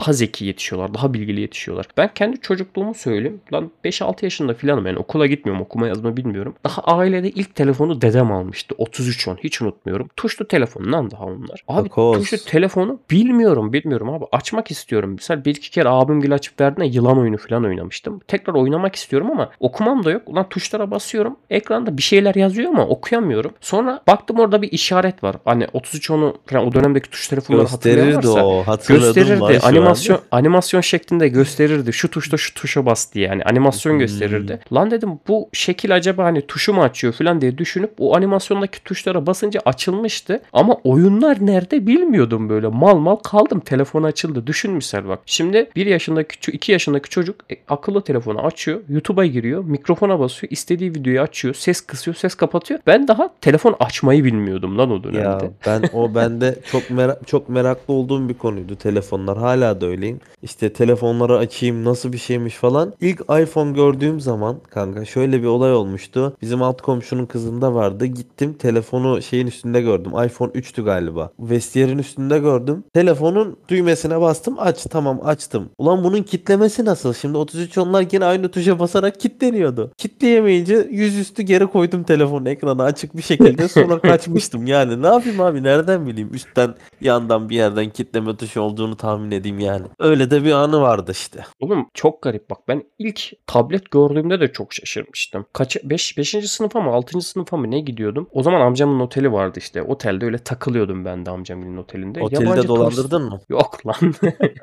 [SPEAKER 3] yetişiyorlar. Daha bilgili yetişiyorlar. Ben kendi çocukluğumu söyleyeyim. Lan beş altı yaşında filanım yani okula gitmiyorum. Okuma yazma bilmiyorum. Daha ailede ilk telefonu dedem almıştı. otuz üç on hiç unutmuyorum. Tuşlu telefon lan daha onlar. Abi
[SPEAKER 1] Takoz.
[SPEAKER 3] tuşlu telefonu bilmiyorum bilmiyorum abi. Açmak istiyorum. Mesela bir iki kere abimgil açıp verdiğinde yılan oyunu falan oynamıştım. Tekrar oynamak istiyorum ama okumam da yok. Ulan tuşlara basıyorum. Ekranda bir şeyler yazıyor ama okuyamıyorum. Sonra baktım orada bir işaret var. Hani otuz üç onu falan o dönemdeki tuş telefonları
[SPEAKER 1] Gösterirdi
[SPEAKER 3] hatırlayanlarsa
[SPEAKER 1] o. Hatırladım
[SPEAKER 3] gösterirdi.
[SPEAKER 1] var şu
[SPEAKER 3] Animasyon
[SPEAKER 1] an.
[SPEAKER 3] animasyon şeklinde gösterirdi. Şu tuşta şu tuşa bas diye. Yani animasyon
[SPEAKER 1] Hmm.
[SPEAKER 3] gösterirdi. Lan dedim bu şekil acaba hani tuşu mu açıyor falan diye düşünüp o animasyondaki tuşlara basınca açılmıştı. Ama oyunlar nerede bilmiyordum böyle. Mal mal kaldım. Telefon açıldı. Düşün misal bak. Şimdi bir yaşındaki iki yaşındaki çocuk e, akıllı telefonu açıyor. YouTube'a giriyor. Mikrofona basıyor. İstediği videoyu açıyor. Ses kısıyor. Ses kapatıyor. Ben daha telefon açmayı bilmiyordum lan o dönemde.
[SPEAKER 1] Ya ben o bende çok merak çok meraklı olduğum bir konuydu telefonlar. Hala da öyleyim. İşte telefonları açayım nasıl bir şeymiş falan. İlk iPhone gördüğüm zaman kanka şöyle bir olay olmuştu. Bizim alt komşunun kızında vardı. Gittim telefonu şeyin üstünde gördüm. iPhone üçtü galiba. Vestiyer'in üstünde gördüm. Telefonun düğmesine bastım. Aç, tamam açtım. Ulan bunun kitlemesi nasıl? Şimdi otuz üç onlar gene aynı tuşa basarak kitleniyordu. Kitleyemeyince yüzüstü geri koydum telefonu ekrana açık bir şekilde, sonra kaçmıştım. Yani ne yapayım abi, nereden bileyim üstten yandan bir yerden kitleme tuşu olduğunu tahmin edeyim yani. Öyle de bir anı vardı işte.
[SPEAKER 3] Oğlum çok garip bak, ben ilk tablet gördüğümde de çok şaşırmıştım. Kaç beş beşinci sınıfa mı altıncı sınıfa mı ne gidiyordum? O zaman amcamın oteli vardı işte. Otelde öyle takılıyordum ben de amcamın otelinde.
[SPEAKER 1] Otelde
[SPEAKER 3] Yabancı turist-
[SPEAKER 1] dolandırdın mı?
[SPEAKER 3] Yok lan.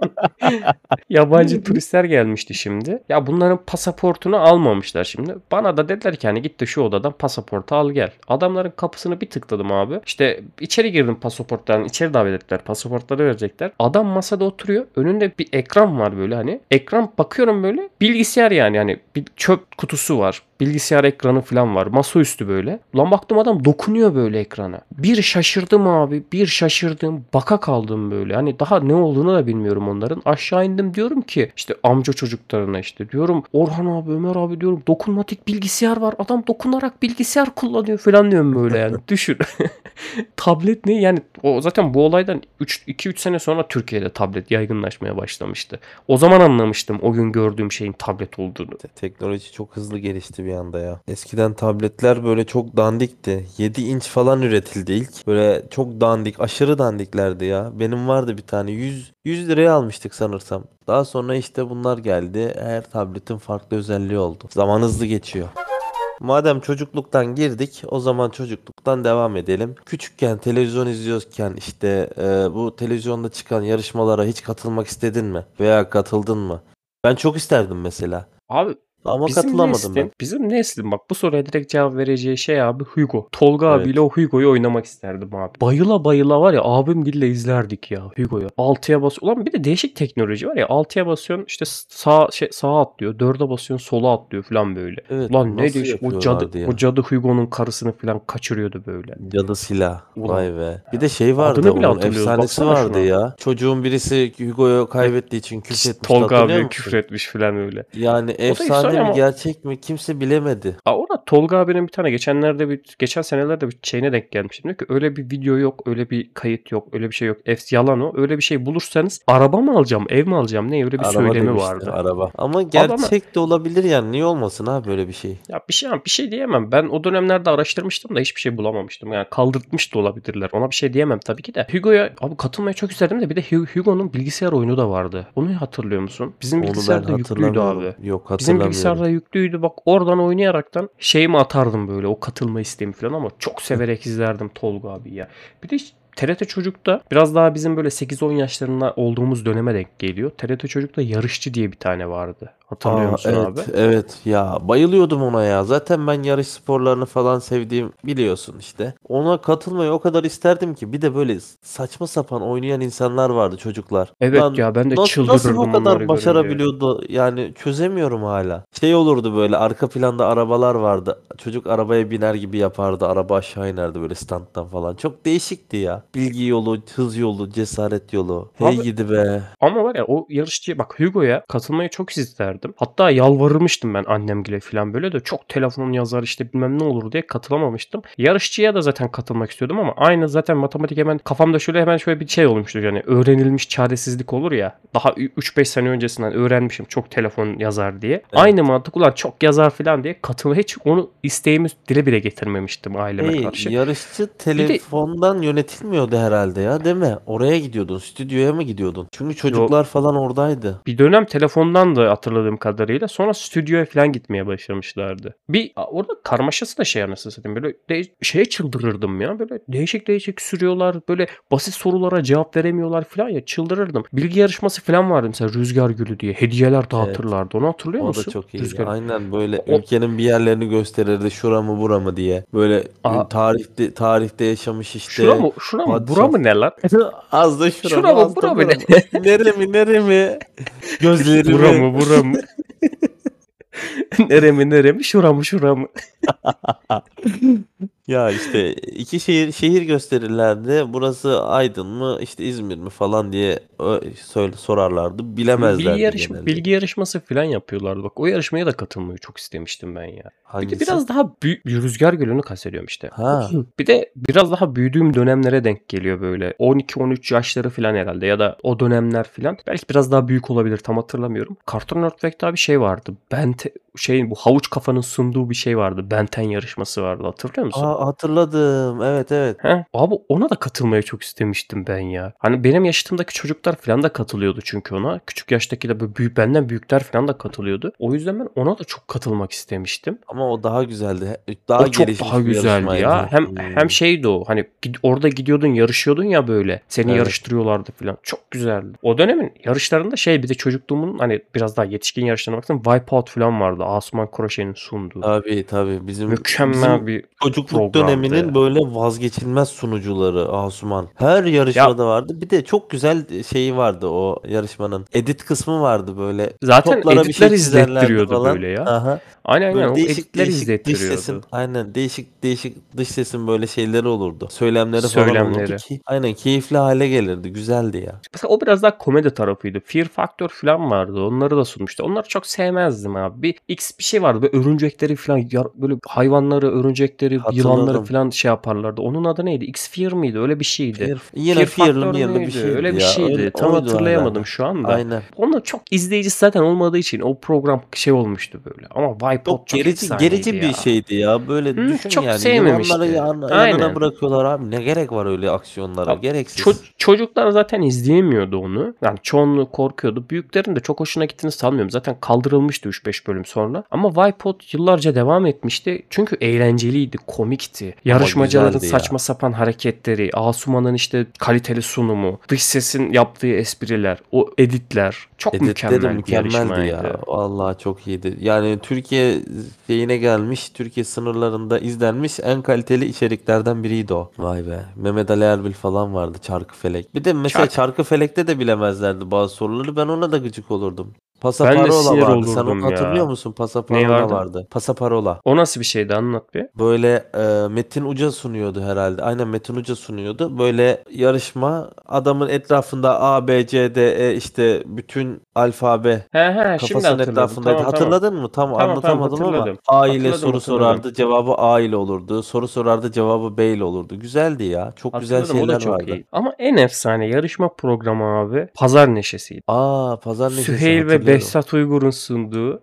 [SPEAKER 3] Yabancı turistler gelmişti şimdi. Ya bunların pasaportunu almamışlar şimdi. Bana da dediler ki hani git de şu odadan pasaportu al gel. Adamların kapısını bir tıkladım abi. İşte içeri girdim pasaportların. İçeri davet ettiler. Pasaportları verecekler. Adam masada oturuyor. Önünde bir ekran var böyle hani. Ekran bakıyorum böyle. Bilgisayar yani. Yani bir çöp kutusu var. Bilgisayar ekranı falan var. Masaüstü böyle. Lan baktım adam dokunuyor böyle ekrana. Bir şaşırdım abi. Bir şaşırdım. Baka kaldım böyle. Hani daha ne olduğunu da bilmiyorum onların. Aşağı indim, diyorum ki işte amca çocuklarına işte diyorum. Orhan abi, Ömer abi diyorum. Dokunmatik bilgisayar var. Adam dokunarak bilgisayar kullanıyor falan diyorum böyle yani. Düşün. Tablet ne? Yani o zaten bu olaydan iki üç sene sonra Türkiye'de tablet yaygınlaşmaya başlamıştı. O zaman anlamıştım o gün gördüğüm şeyin tablet olduğunu.
[SPEAKER 1] Te- Teknoloji çok hızlı gelişti bir anda ya. Eskiden tabletler böyle çok dandikti. yedi inç falan üretildi ilk. Böyle çok dandik, aşırı dandiklerdi ya. Benim vardı bir tane yüz yüz liraya almıştık sanırsam. Daha sonra işte bunlar geldi. Her tabletin farklı özelliği oldu. Zaman hızlı geçiyor. Madem çocukluktan girdik, o zaman çocukluktan devam edelim. Küçükken televizyon izliyorken işte e, bu televizyonda çıkan yarışmalara hiç katılmak istedin mi? Veya katıldın mı? Ben çok isterdim mesela.
[SPEAKER 3] Abi
[SPEAKER 1] Ama
[SPEAKER 3] bizim
[SPEAKER 1] katılamadım ben.
[SPEAKER 3] neslin, bizim neslin bak bu soruya direkt cevap vereceği şey abi Hugo. Tolga
[SPEAKER 1] Evet.
[SPEAKER 3] abiyle o Hugo'yu oynamak isterdim abi. Bayıla bayıla var ya abimgille izlerdik ya Hugo'yu. altıya bas. Ulan bir de değişik teknoloji var ya, altıya basıyorsun işte sağ şey sağa atlıyor. dörde basıyorsun sola atlıyor falan böyle.
[SPEAKER 1] Evet,
[SPEAKER 3] Ulan ne
[SPEAKER 1] nasıl
[SPEAKER 3] değişik. O cadı
[SPEAKER 1] yapıyorlardı ya?
[SPEAKER 3] o cadı Hugo'nun karısını falan kaçırıyordu böyle.
[SPEAKER 1] Cadı silah.
[SPEAKER 3] Ulan.
[SPEAKER 1] Vay be. Bir de şey vardı,
[SPEAKER 3] Adını bile
[SPEAKER 1] onun
[SPEAKER 3] hatırlıyoruz.
[SPEAKER 1] efsanesi
[SPEAKER 3] Baksana
[SPEAKER 1] vardı
[SPEAKER 3] şuna.
[SPEAKER 1] ya. Çocuğun birisi Hugo'yu kaybettiği için küfretmişti,
[SPEAKER 3] Tolga
[SPEAKER 1] hatırlıyor
[SPEAKER 3] abiye
[SPEAKER 1] musun?
[SPEAKER 3] küfretmiş falan öyle.
[SPEAKER 1] Yani
[SPEAKER 3] O da efsane
[SPEAKER 1] efsane mi
[SPEAKER 3] ama
[SPEAKER 1] gerçek mi kimse bilemedi.
[SPEAKER 3] Aa, ona Tolga abinin bir tane geçenlerde bir geçen senelerde bir şeyine denk gelmiştim. Diyor ki öyle bir video yok, öyle bir kayıt yok, öyle bir şey yok. Efs yalan o. Öyle bir şey bulursanız araba mı alacağım, ev mi alacağım, ne öyle bir
[SPEAKER 1] Araba
[SPEAKER 3] söylemi
[SPEAKER 1] demişti,
[SPEAKER 3] vardı.
[SPEAKER 1] araba. Ama
[SPEAKER 3] Abi ama
[SPEAKER 1] gerçek de olabilir yani, niye olmasın ha böyle bir şey.
[SPEAKER 3] ya bir şey bir şey diyemem. Ben o dönemlerde araştırmıştım da hiçbir şey bulamamıştım. Yani kaldırtmış da olabilirler. Ona bir şey diyemem tabii ki de. Hugo'ya abi katılmayı çok isterdim de bir de Hu- Hugo'nun bilgisayar oyunu da vardı. Onu hatırlıyor musun? Bizim
[SPEAKER 1] Onu ben
[SPEAKER 3] bilgisayarda yüklüydü
[SPEAKER 1] hatırlamıyorum.
[SPEAKER 3] abi.
[SPEAKER 1] Yok,
[SPEAKER 3] Bizim
[SPEAKER 1] hatırlamıyorum.
[SPEAKER 3] bilgisayarda yüklüydü. Bak oradan oynayaraktan şeyimi atardım böyle o katılma isteğimi falan ama çok severek izlerdim Tolga abi ya. Bir de T R T Çocuk'ta biraz daha bizim böyle sekiz on yaşlarında olduğumuz döneme denk geliyor. T R T Çocuk'ta Yarışçı diye bir tane vardı. Hatırlıyor
[SPEAKER 1] Aa,
[SPEAKER 3] musun
[SPEAKER 1] evet,
[SPEAKER 3] abi?
[SPEAKER 1] evet ya, bayılıyordum ona ya. Zaten ben yarış sporlarını falan sevdiğim biliyorsun işte. Ona katılmayı o kadar isterdim ki, bir de böyle saçma sapan oynayan insanlar vardı, çocuklar.
[SPEAKER 3] Evet
[SPEAKER 1] Lan
[SPEAKER 3] ya ben de
[SPEAKER 1] nasıl nasıl bu
[SPEAKER 3] çıldırırdım onları
[SPEAKER 1] kadar
[SPEAKER 3] görünce.
[SPEAKER 1] başarabiliyordu yani, çözemiyorum hala. Şey olurdu böyle, arka planda arabalar vardı. Çocuk arabaya biner gibi yapardı. Araba aşağı inerdi böyle standtan falan. Çok değişikti ya. Bilgi yolu, hız yolu, cesaret yolu. Hey
[SPEAKER 3] Abi
[SPEAKER 1] gidi be.
[SPEAKER 3] ama var ya o yarışçıya bak Hugo'ya katılmayı çok isterdim. Hatta yalvarırmıştım ben annemgile falan böyle de çok telefonun yazar işte bilmem ne olur diye katılamamıştım. Yarışçıya da zaten katılmak istiyordum ama aynı zaten matematik hemen kafamda şöyle hemen şöyle bir şey olmuştu. Yani öğrenilmiş çaresizlik olur ya. Daha üç beş sene öncesinden öğrenmişim çok telefon yazar diye.
[SPEAKER 1] Evet.
[SPEAKER 3] Aynı mantık ulan çok yazar falan diye katılma hiç onu isteğimi dile bile getirmemiştim aileme
[SPEAKER 1] Hey,
[SPEAKER 3] karşı.
[SPEAKER 1] yarışçı
[SPEAKER 3] Bir de
[SPEAKER 1] telefondan yönetilmiyordu herhalde ya, değil mi? Oraya gidiyordun, stüdyoya mı gidiyordun? Çünkü
[SPEAKER 3] yo
[SPEAKER 1] çocuklar falan oradaydı.
[SPEAKER 3] bir dönem telefondan da hatırladığım kadarıyla sonra stüdyoya falan gitmeye başlamışlardı. Bir a- orada karmaşası da şey anasını satayım böyle de, şeye çıldırırdım ya böyle değişik değişik sürüyorlar böyle basit sorulara cevap veremiyorlar falan ya çıldırırdım. Bilgi yarışması falan vardı mesela Rüzgar Gülü diye hediyeler
[SPEAKER 1] Evet.
[SPEAKER 3] dağıtırlardı onu hatırlıyor
[SPEAKER 1] O da
[SPEAKER 3] musun?
[SPEAKER 1] çok iyiydi.
[SPEAKER 3] Rüzgar
[SPEAKER 1] Aynen böyle
[SPEAKER 3] o
[SPEAKER 1] ülkenin bir yerlerini gösterirdi. Şura mı bura mı diye. Böyle
[SPEAKER 3] a,
[SPEAKER 1] tarihte tarihte yaşamış
[SPEAKER 3] şura
[SPEAKER 1] işte
[SPEAKER 3] mı şura mı bura
[SPEAKER 1] padişah.
[SPEAKER 3] mı ne lan?
[SPEAKER 1] Az da şura
[SPEAKER 3] Şura
[SPEAKER 1] mı
[SPEAKER 3] mı
[SPEAKER 1] az
[SPEAKER 3] bura
[SPEAKER 1] da
[SPEAKER 3] mı ne?
[SPEAKER 1] bura mı? Nere mi nere mi?
[SPEAKER 3] Bura
[SPEAKER 1] Gözlerimi.
[SPEAKER 3] mı bura mı? Nere mi nere mi şura mı şura mı?
[SPEAKER 1] Ya işte iki şehir şehir gösterirlerdi. Burası Aydın mı işte İzmir mi falan diye ö- söyle sorarlardı.
[SPEAKER 3] Bilgi
[SPEAKER 1] Bilemezlerdi
[SPEAKER 3] yarışma,
[SPEAKER 1] genelde.
[SPEAKER 3] bilgi yarışması falan yapıyorlardı. Bak o yarışmaya da katılmayı çok istemiştim ben ya. Bir de
[SPEAKER 1] Hangisi?
[SPEAKER 3] biraz daha büyük Rüzgar Gölü'nü kastediyorum işte.
[SPEAKER 1] Ha,
[SPEAKER 3] Bir de biraz daha büyüdüğüm dönemlere denk geliyor böyle. on iki on üç yaşları falan herhalde ya da o dönemler falan. Belki biraz daha büyük olabilir tam hatırlamıyorum. Cartoon Network'ta bir şey vardı. Bente şeyin bu havuç kafanın sunduğu bir şey vardı. Benten yarışması vardı hatırlıyor musun?
[SPEAKER 1] aa, hatırladım. Evet evet.
[SPEAKER 3] He? Abi ona da katılmaya çok istemiştim ben ya. Hani benim yaşıtımdaki çocuklar falan da katılıyordu çünkü ona. Küçük yaştaki de böyle büyük, benden büyükler falan da katılıyordu. O yüzden ben ona da çok katılmak istemiştim.
[SPEAKER 1] Ama o daha güzeldi. He-
[SPEAKER 3] O
[SPEAKER 1] Daha
[SPEAKER 3] çok daha
[SPEAKER 1] gelişmiş bir
[SPEAKER 3] güzeldi ya.
[SPEAKER 1] yarışmaydı.
[SPEAKER 3] Hem hem
[SPEAKER 1] Hmm,
[SPEAKER 3] şeydi o hani gid- orada gidiyordun yarışıyordun ya böyle. Seni
[SPEAKER 1] evet.
[SPEAKER 3] yarıştırıyorlardı falan. Çok güzeldi. O dönemin yarışlarında şey bir de çocukluğumun hani biraz daha yetişkin yarışlarına baktım. Wipeout falan vardı. Asuman Kroşe'nin sunduğu.
[SPEAKER 1] Tabii tabii. Bizim bizim
[SPEAKER 3] Mükemmel bir
[SPEAKER 1] çocukluk döneminin
[SPEAKER 3] programdı.
[SPEAKER 1] böyle vazgeçilmez sunucuları Asuman. Her
[SPEAKER 3] Ya
[SPEAKER 1] yarışmada vardı. Bir de çok güzel şeyi vardı o yarışmanın. Edit kısmı vardı böyle.
[SPEAKER 3] zaten
[SPEAKER 1] Toplara bir
[SPEAKER 3] editler
[SPEAKER 1] şey çizerlerdi
[SPEAKER 3] izlettiriyordu
[SPEAKER 1] falan.
[SPEAKER 3] böyle ya.
[SPEAKER 1] Aha.
[SPEAKER 3] Aynen aynen
[SPEAKER 1] Böyle
[SPEAKER 3] o
[SPEAKER 1] değişik
[SPEAKER 3] editler
[SPEAKER 1] değişik dış sesin
[SPEAKER 3] izlettiriyordu.
[SPEAKER 1] aynen değişik değişik dış sesin böyle şeyleri olurdu. Söylemleri falan olurdu
[SPEAKER 3] Söylemleri.
[SPEAKER 1] ki aynen keyifli hale gelirdi. Güzeldi ya.
[SPEAKER 3] Mesela o biraz daha komedi tarafıydı. Fear Factor falan vardı. Onları da sunmuştu. Onları çok sevmezdim abi. Bir X bir şey vardı. Böyle örümcekleri falan yar- böyle hayvanları, örümcekleri, yılanları
[SPEAKER 1] Hatırladım.
[SPEAKER 3] falan şey yaparlardı. Onun adı neydi? X Fear mıydı? Öyle bir şeydi.
[SPEAKER 1] Fear, yine
[SPEAKER 3] Fear
[SPEAKER 1] Fear'lı
[SPEAKER 3] Factor
[SPEAKER 1] Mear'lı bir
[SPEAKER 3] muydu?
[SPEAKER 1] şeydi
[SPEAKER 3] Öyle bir
[SPEAKER 1] ya. Öyle
[SPEAKER 3] şeydi. Tam
[SPEAKER 1] oydu herhalde.
[SPEAKER 3] hatırlayamadım şu anda.
[SPEAKER 1] Aynen.
[SPEAKER 3] Onun çok izleyicisi zaten olmadığı için o program şey olmuştu böyle. Ama Wipeout
[SPEAKER 1] Çok
[SPEAKER 3] çok
[SPEAKER 1] gerici
[SPEAKER 3] efsaneydi
[SPEAKER 1] gerici bir
[SPEAKER 3] ya.
[SPEAKER 1] şeydi ya. Böyle
[SPEAKER 3] Hı,
[SPEAKER 1] düşün
[SPEAKER 3] çok
[SPEAKER 1] yani yılanları
[SPEAKER 3] sevmemişti.
[SPEAKER 1] yan- yanına
[SPEAKER 3] Aynen.
[SPEAKER 1] bırakıyorlar abi. Ne gerek var öyle aksiyonlara?
[SPEAKER 3] Ya, ço-
[SPEAKER 1] Gereksiz.
[SPEAKER 3] çocuklar zaten izleyemiyordu onu. Yani çoğunluğu korkuyordu. Büyüklerin de çok hoşuna gittiğini sanmıyorum. Zaten kaldırılmıştı üç beş bölüm sonra. Ama Wipeout yıllarca devam etmişti. Çünkü eğlenceliydi, komikti.
[SPEAKER 1] Ama
[SPEAKER 3] Yarışmacıların
[SPEAKER 1] güzeldi ya.
[SPEAKER 3] saçma sapan hareketleri, Asuman'ın işte kaliteli sunumu, dış sesin yaptığı espriler, o editler çok
[SPEAKER 1] Editleri
[SPEAKER 3] mükemmel bir
[SPEAKER 1] mükemmeldi ya.
[SPEAKER 3] yarışmaydı.
[SPEAKER 1] Vallahi çok iyiydi. Yani Türkiye şeyine gelmiş, Türkiye sınırlarında izlenmiş en kaliteli içeriklerden biriydi o. Vay be. Mehmet Ali Erbil falan vardı, Çarkıfelek. Bir de mesela
[SPEAKER 3] Çark.
[SPEAKER 1] Çarkıfelek'te de bilemezlerdi bazı soruları. Ben ona da gıcık olurdum.
[SPEAKER 3] Ben de
[SPEAKER 1] Pasaparola
[SPEAKER 3] sinir
[SPEAKER 1] vardı. Sen onu
[SPEAKER 3] olurdum
[SPEAKER 1] hatırlıyor
[SPEAKER 3] ya.
[SPEAKER 1] musun?
[SPEAKER 3] Ne
[SPEAKER 1] Pasaparola
[SPEAKER 3] vardı?
[SPEAKER 1] vardı. Pasaparola.
[SPEAKER 3] O nasıl bir şeydi anlat bir.
[SPEAKER 1] Böyle e, Metin Uca sunuyordu herhalde. Aynen Metin Uca sunuyordu. Böyle yarışma adamın etrafında A, B, C, D, E işte bütün alfabe
[SPEAKER 3] He he şimdi
[SPEAKER 1] kafasının
[SPEAKER 3] hatırladım.
[SPEAKER 1] etrafındaydı.
[SPEAKER 3] Tamam tamam.
[SPEAKER 1] Hatırladın mı? Tam
[SPEAKER 3] Tamam tamam
[SPEAKER 1] anlatamadım ama
[SPEAKER 3] hatırladım.
[SPEAKER 1] A ile
[SPEAKER 3] Hatırladım
[SPEAKER 1] soru
[SPEAKER 3] hatırladım.
[SPEAKER 1] sorardı. Cevabı A ile olurdu. Soru sorardı. Cevabı B ile olurdu. Güzeldi ya. Çok güzel
[SPEAKER 3] Hatırladım o da
[SPEAKER 1] şeyler
[SPEAKER 3] çok
[SPEAKER 1] vardı.
[SPEAKER 3] iyi. Ama en efsane yarışma programı abi Pazar Neşesi'ydi.
[SPEAKER 1] Aa, Pazar Neşesi
[SPEAKER 3] Süheyl ve
[SPEAKER 1] hatırlıyorum.
[SPEAKER 3] Behzat Uygur'un sunduğu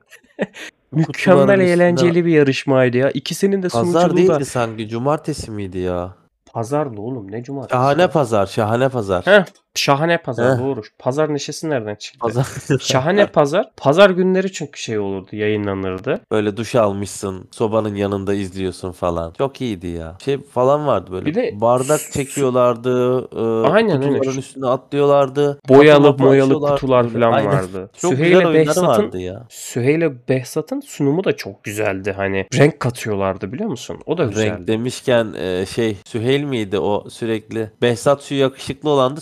[SPEAKER 3] mükemmel
[SPEAKER 1] Kutuların üstünde
[SPEAKER 3] eğlenceli bir yarışmaydı ya. İkisinin de
[SPEAKER 1] pazar
[SPEAKER 3] sunuculuğu da
[SPEAKER 1] değildi sanki. Cumartesi miydi ya?
[SPEAKER 3] pazardı oğlum ne cumartesi
[SPEAKER 1] Şahane
[SPEAKER 3] lan.
[SPEAKER 1] pazar. Şahane pazar.
[SPEAKER 3] Heh, Şahane Pazar
[SPEAKER 1] Heh.
[SPEAKER 3] doğru. Pazar Neşesi nereden çıktı?
[SPEAKER 1] Pazar.
[SPEAKER 3] Şahane Pazar. Pazar günleri çünkü şey olurdu yayınlanırdı.
[SPEAKER 1] Böyle duş almışsın, sobanın yanında izliyorsun falan. Çok iyiydi ya. Şey falan vardı böyle.
[SPEAKER 3] Bir de
[SPEAKER 1] Bardak
[SPEAKER 3] su-
[SPEAKER 1] çekiyorlardı, e,
[SPEAKER 3] aynen aynen.
[SPEAKER 1] kutuların üstüne atlıyorlardı, kapı
[SPEAKER 3] Boyalı
[SPEAKER 1] mapı
[SPEAKER 3] moyalı
[SPEAKER 1] açıyorlardı
[SPEAKER 3] kutular
[SPEAKER 1] böyle.
[SPEAKER 3] falan
[SPEAKER 1] Aynen.
[SPEAKER 3] vardı.
[SPEAKER 1] Çok güzel
[SPEAKER 3] Süheyl'le
[SPEAKER 1] oyunları
[SPEAKER 3] Behzat'ın
[SPEAKER 1] vardı ya.
[SPEAKER 3] Süheyl'le Behzat'ın sunumu da çok güzeldi. Hani renk katıyorlardı biliyor musun? O da
[SPEAKER 1] Renk
[SPEAKER 3] güzeldi.
[SPEAKER 1] demişken e, şey Süheyl miydi o sürekli? Behzat şu yakışıklı olandı. Süheyl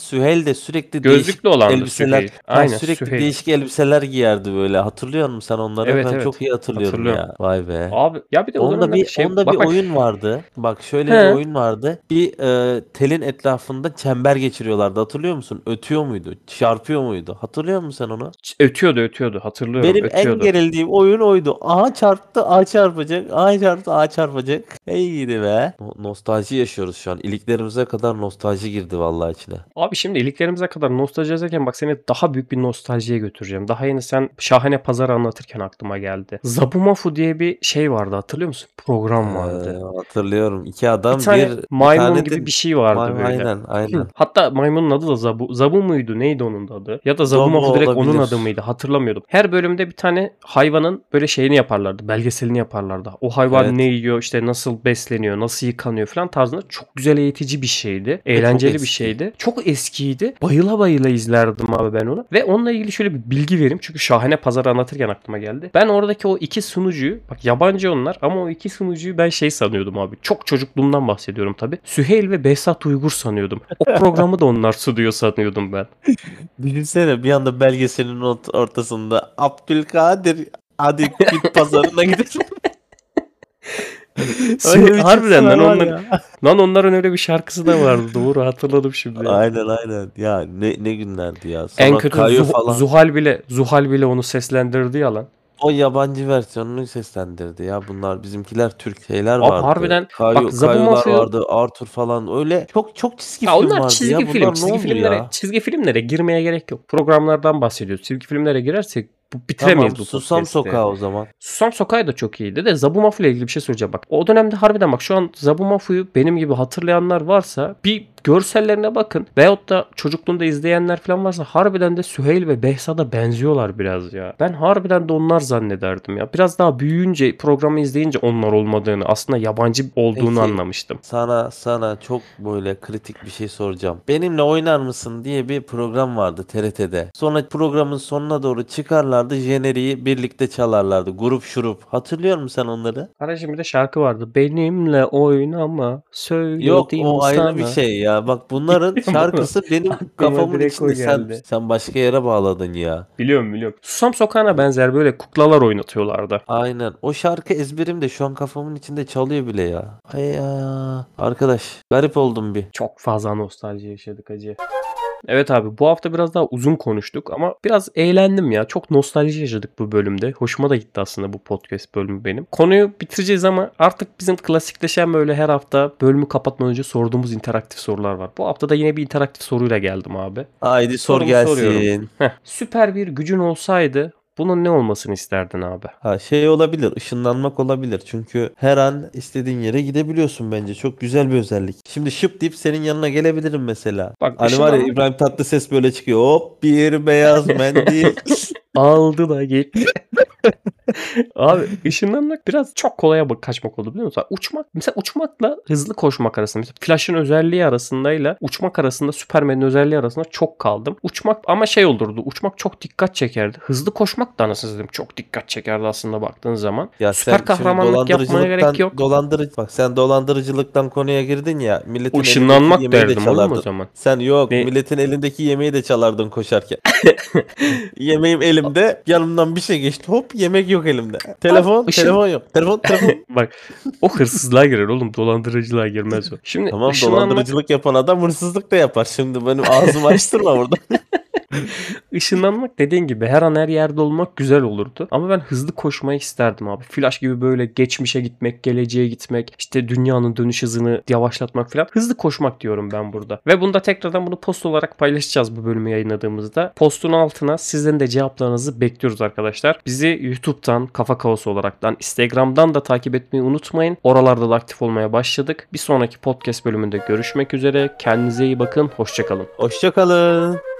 [SPEAKER 1] Süheyl de sürekli
[SPEAKER 3] Gözlüklü
[SPEAKER 1] değişik
[SPEAKER 3] olan da
[SPEAKER 1] elbiseler,
[SPEAKER 3] Süheyl.
[SPEAKER 1] ha,
[SPEAKER 3] Aynen
[SPEAKER 1] sürekli
[SPEAKER 3] Süheyl.
[SPEAKER 1] değişik elbiseler giyerdi böyle. Hatırlıyor musun sen onları?
[SPEAKER 3] Evet
[SPEAKER 1] Ben
[SPEAKER 3] evet.
[SPEAKER 1] çok iyi hatırlıyorum
[SPEAKER 3] Hatırlıyorum.
[SPEAKER 1] ya. Vay be.
[SPEAKER 3] Abi ya bir de o
[SPEAKER 1] Onda
[SPEAKER 3] dönemlerde
[SPEAKER 1] bir
[SPEAKER 3] şey
[SPEAKER 1] onda bir
[SPEAKER 3] bak bak.
[SPEAKER 1] oyun vardı. Bak şöyle bir
[SPEAKER 3] He.
[SPEAKER 1] oyun vardı. Bir e, telin etrafında çember geçiriyorlardı. Hatırlıyor musun? Ötüyor muydu? Çarpıyor muydu? Hatırlıyor musun sen onu?
[SPEAKER 3] Ötüyordu ötüyordu. Hatırlıyorum.
[SPEAKER 1] Benim en
[SPEAKER 3] Ötüyordu.
[SPEAKER 1] gerildiğim oyun oydu. A çarptı, A çarpacak. A çarptı, A çarpacak. İyiydi be. No- Nostalji yaşıyoruz şu an. İliklerimize kadar nostalji girdi vallahi içine.
[SPEAKER 3] Abi şimdi iliklerimize kadar nostalji yazarken bak seni daha büyük bir nostaljiye götüreceğim. Daha yeni sen Şahane Pazarı anlatırken aklıma geldi. Zabumafu diye bir şey vardı, hatırlıyor musun? Program vardı.
[SPEAKER 1] Ee, hatırlıyorum. İki
[SPEAKER 3] Bir
[SPEAKER 1] adam
[SPEAKER 3] tane
[SPEAKER 1] bir bir
[SPEAKER 3] maymun
[SPEAKER 1] tane
[SPEAKER 3] gibi
[SPEAKER 1] de
[SPEAKER 3] bir şey vardı
[SPEAKER 1] May-
[SPEAKER 3] böyle.
[SPEAKER 1] aynen aynen.
[SPEAKER 3] Hatta maymunun adı da Zabu. Zabu muydu? Neydi onun da adı? Ya da
[SPEAKER 1] Zobo
[SPEAKER 3] Zabumafu direkt onun
[SPEAKER 1] olabilir.
[SPEAKER 3] adı mıydı? Hatırlamıyordum. Her bölümde bir tane hayvanın böyle şeyini yaparlardı. Belgeselini yaparlardı. O hayvan
[SPEAKER 1] Evet.
[SPEAKER 3] ne yiyor, işte nasıl besleniyor, nasıl yıkanıyor falan tarzında çok güzel eğitici bir şeydi.
[SPEAKER 1] Ve çok
[SPEAKER 3] Eğlenceli bir
[SPEAKER 1] eski.
[SPEAKER 3] şeydi. Çok eskiydi. Bayıla bayıla izlerdim abi ben onu. Ve onunla ilgili şöyle bir bilgi vereyim. Çünkü Şahane Pazarı anlatırken aklıma geldi. Ben oradaki o iki sunucuyu, bak yabancı onlar ama o iki sunucuyu ben şey sanıyordum abi. Çok çocukluğumdan bahsediyorum tabii. Süheyl ve Behzat Uygur sanıyordum. O programı da onlar sunuyor sanıyordum ben.
[SPEAKER 1] Düşünsene bir anda belgeselin ort- ortasında Abdülkadir hadi bit pazarına gidelim. Öyle bir
[SPEAKER 3] Harbiden lan
[SPEAKER 1] çıksalar var
[SPEAKER 3] onlar,
[SPEAKER 1] ya.
[SPEAKER 3] lan onların öyle bir şarkısı da vardı. Doğru hatırladım şimdi.
[SPEAKER 1] Aynen aynen. Ya ne ne günlerdi ya.
[SPEAKER 3] En
[SPEAKER 1] Sonra
[SPEAKER 3] kötü
[SPEAKER 1] Kayo
[SPEAKER 3] Zuh-
[SPEAKER 1] falan.
[SPEAKER 3] Zuhal bile Zuhal bile onu seslendirdi ya lan.
[SPEAKER 1] O yabancı versiyonunu seslendirdi ya. Bunlar bizimkiler Türk şeyler
[SPEAKER 3] Abi
[SPEAKER 1] vardı.
[SPEAKER 3] harbiden
[SPEAKER 1] Kayo,
[SPEAKER 3] bak
[SPEAKER 1] Kayolar
[SPEAKER 3] Zabumafu'yu,
[SPEAKER 1] vardı. Arthur falan. Öyle çok çok çizgi
[SPEAKER 3] ya
[SPEAKER 1] film
[SPEAKER 3] onlar
[SPEAKER 1] vardı
[SPEAKER 3] çizgi
[SPEAKER 1] ya.
[SPEAKER 3] film.
[SPEAKER 1] Bunlar ne
[SPEAKER 3] Çizgi
[SPEAKER 1] oldu
[SPEAKER 3] filmlere
[SPEAKER 1] ya?
[SPEAKER 3] çizgi filmlere girmeye gerek yok. Programlardan bahsediyoruz. Çizgi filmlere girersek bu bitiremeyiz
[SPEAKER 1] Tamam.
[SPEAKER 3] bu
[SPEAKER 1] Susam
[SPEAKER 3] podcast'i.
[SPEAKER 1] Sokağı o zaman.
[SPEAKER 3] Susam Sokağı da çok iyiydi de Zabumafu ile ilgili bir şey söyleyeceğim bak. O dönemde harbiden bak şu an Zabumafu'yu benim gibi hatırlayanlar varsa bir görsellerine bakın. Veyahut da çocukluğunda izleyenler falan varsa harbiden de Süheyl ve Behzat'a benziyorlar biraz ya. Ben harbiden de onlar zannederdim ya. Biraz daha büyüyünce programı izleyince onlar olmadığını, aslında yabancı olduğunu
[SPEAKER 1] Peki
[SPEAKER 3] anlamıştım.
[SPEAKER 1] sana sana çok böyle kritik bir şey soracağım. Benimle oynar mısın diye bir program vardı T R T'de. Sonra programın sonuna doğru çıkarlardı. Jeneriği birlikte çalarlardı. Grup şurup. Hatırlıyor musun sen onları?
[SPEAKER 3] Kardeşim bir de şarkı vardı. Benimle oynama
[SPEAKER 1] Yok
[SPEAKER 3] söyledim
[SPEAKER 1] o ayrı bir
[SPEAKER 3] sana.
[SPEAKER 1] şey ya. Bak bunların şarkısı benim
[SPEAKER 3] Aklıma
[SPEAKER 1] kafamın
[SPEAKER 3] direkt o
[SPEAKER 1] içinde. Sen
[SPEAKER 3] geldi.
[SPEAKER 1] sen başka yere bağladın ya.
[SPEAKER 3] Biliyorum biliyorum. Susam Sokağı'na benzer böyle kuklalar oynatıyorlardı.
[SPEAKER 1] Aynen. O şarkı ezberimde şu an kafamın içinde çalıyor bile ya. Ay ya. Arkadaş garip oldum bir.
[SPEAKER 3] Çok fazla nostalji yaşadık acı. Evet abi bu hafta biraz daha uzun konuştuk ama biraz eğlendim ya. Çok nostalji yaşadık bu bölümde. Hoşuma da gitti aslında bu podcast bölümü benim. Konuyu bitireceğiz ama artık bizim klasikleşen böyle her hafta bölümü kapatmadan önce sorduğumuz interaktif sorular var. Bu hafta da yine bir interaktif soruyla geldim abi.
[SPEAKER 1] Haydi sor
[SPEAKER 3] Sorumu
[SPEAKER 1] gelsin.
[SPEAKER 3] soruyorum. Heh, süper bir gücün olsaydı bunun ne olmasını isterdin abi?
[SPEAKER 1] Ha şey olabilir, ışınlanmak olabilir. Çünkü her an istediğin yere gidebiliyorsun bence. Çok güzel bir özellik. Şimdi şıp deyip senin yanına gelebilirim mesela.
[SPEAKER 3] Bak
[SPEAKER 1] Hani var ya
[SPEAKER 3] ışınlanmak
[SPEAKER 1] İbrahim Tatlıses böyle çıkıyor. Hop bir beyaz mendil.
[SPEAKER 3] aldı da gitti. Abi ışınlanmak biraz çok kolaya bak kaçmak oldu biliyor musun? Uçmak mesela uçmakla hızlı koşmak arasında mesela Flash'ın özelliği arasındayla uçmak arasında Superman'in özelliği arasında çok kaldım. Uçmak ama şey olurdu. Uçmak çok dikkat çekerdi. Hızlı koşmak da anasını satayım çok dikkat çekerdi aslında baktığın zaman.
[SPEAKER 1] Ya
[SPEAKER 3] Süper
[SPEAKER 1] sen şimdi
[SPEAKER 3] kahramanlık yapmaya gerek
[SPEAKER 1] dolandırıcılıktan
[SPEAKER 3] yok.
[SPEAKER 1] dolandırıcı bak sen dolandırıcılıktan konuya girdin ya. Milletin elindeki
[SPEAKER 3] Işınlanmak
[SPEAKER 1] yemeği de
[SPEAKER 3] derdim oğlum o
[SPEAKER 1] çalardın.
[SPEAKER 3] zaman.
[SPEAKER 1] Sen yok
[SPEAKER 3] Ne?
[SPEAKER 1] milletin elindeki yemeği de çalardın koşarken. Yemeğim elimde yanımdan bir şey geçti hop yemek yok elimde. Telefon
[SPEAKER 3] ışın-
[SPEAKER 1] telefon yok. Telefon telefon.
[SPEAKER 3] Bak o hırsızlığa girer oğlum dolandırıcılığa girmez o. Şimdi
[SPEAKER 1] Tamam
[SPEAKER 3] ışınlanmak
[SPEAKER 1] dolandırıcılık yapan adam hırsızlık da yapar. Şimdi benim ağzımı açtırma burada.
[SPEAKER 3] Işınlanmak dediğin gibi her an her yerde olmak güzel olurdu. Ama ben hızlı koşmayı isterdim abi. Flash gibi böyle geçmişe gitmek, geleceğe gitmek, işte dünyanın dönüş hızını yavaşlatmak falan. Hızlı koşmak diyorum ben burada. Ve bunda tekrardan bunu post olarak paylaşacağız bu bölümü yayınladığımızda. Postun altına sizden de cevaplarınızı bekliyoruz arkadaşlar. Bizi YouTube'dan, Kafa Kaosu olaraktan, Instagram'dan da takip etmeyi unutmayın. Oralarda da aktif olmaya başladık. Bir sonraki podcast bölümünde görüşmek üzere. Kendinize iyi bakın. Hoşçakalın.
[SPEAKER 1] Hoşça kalın.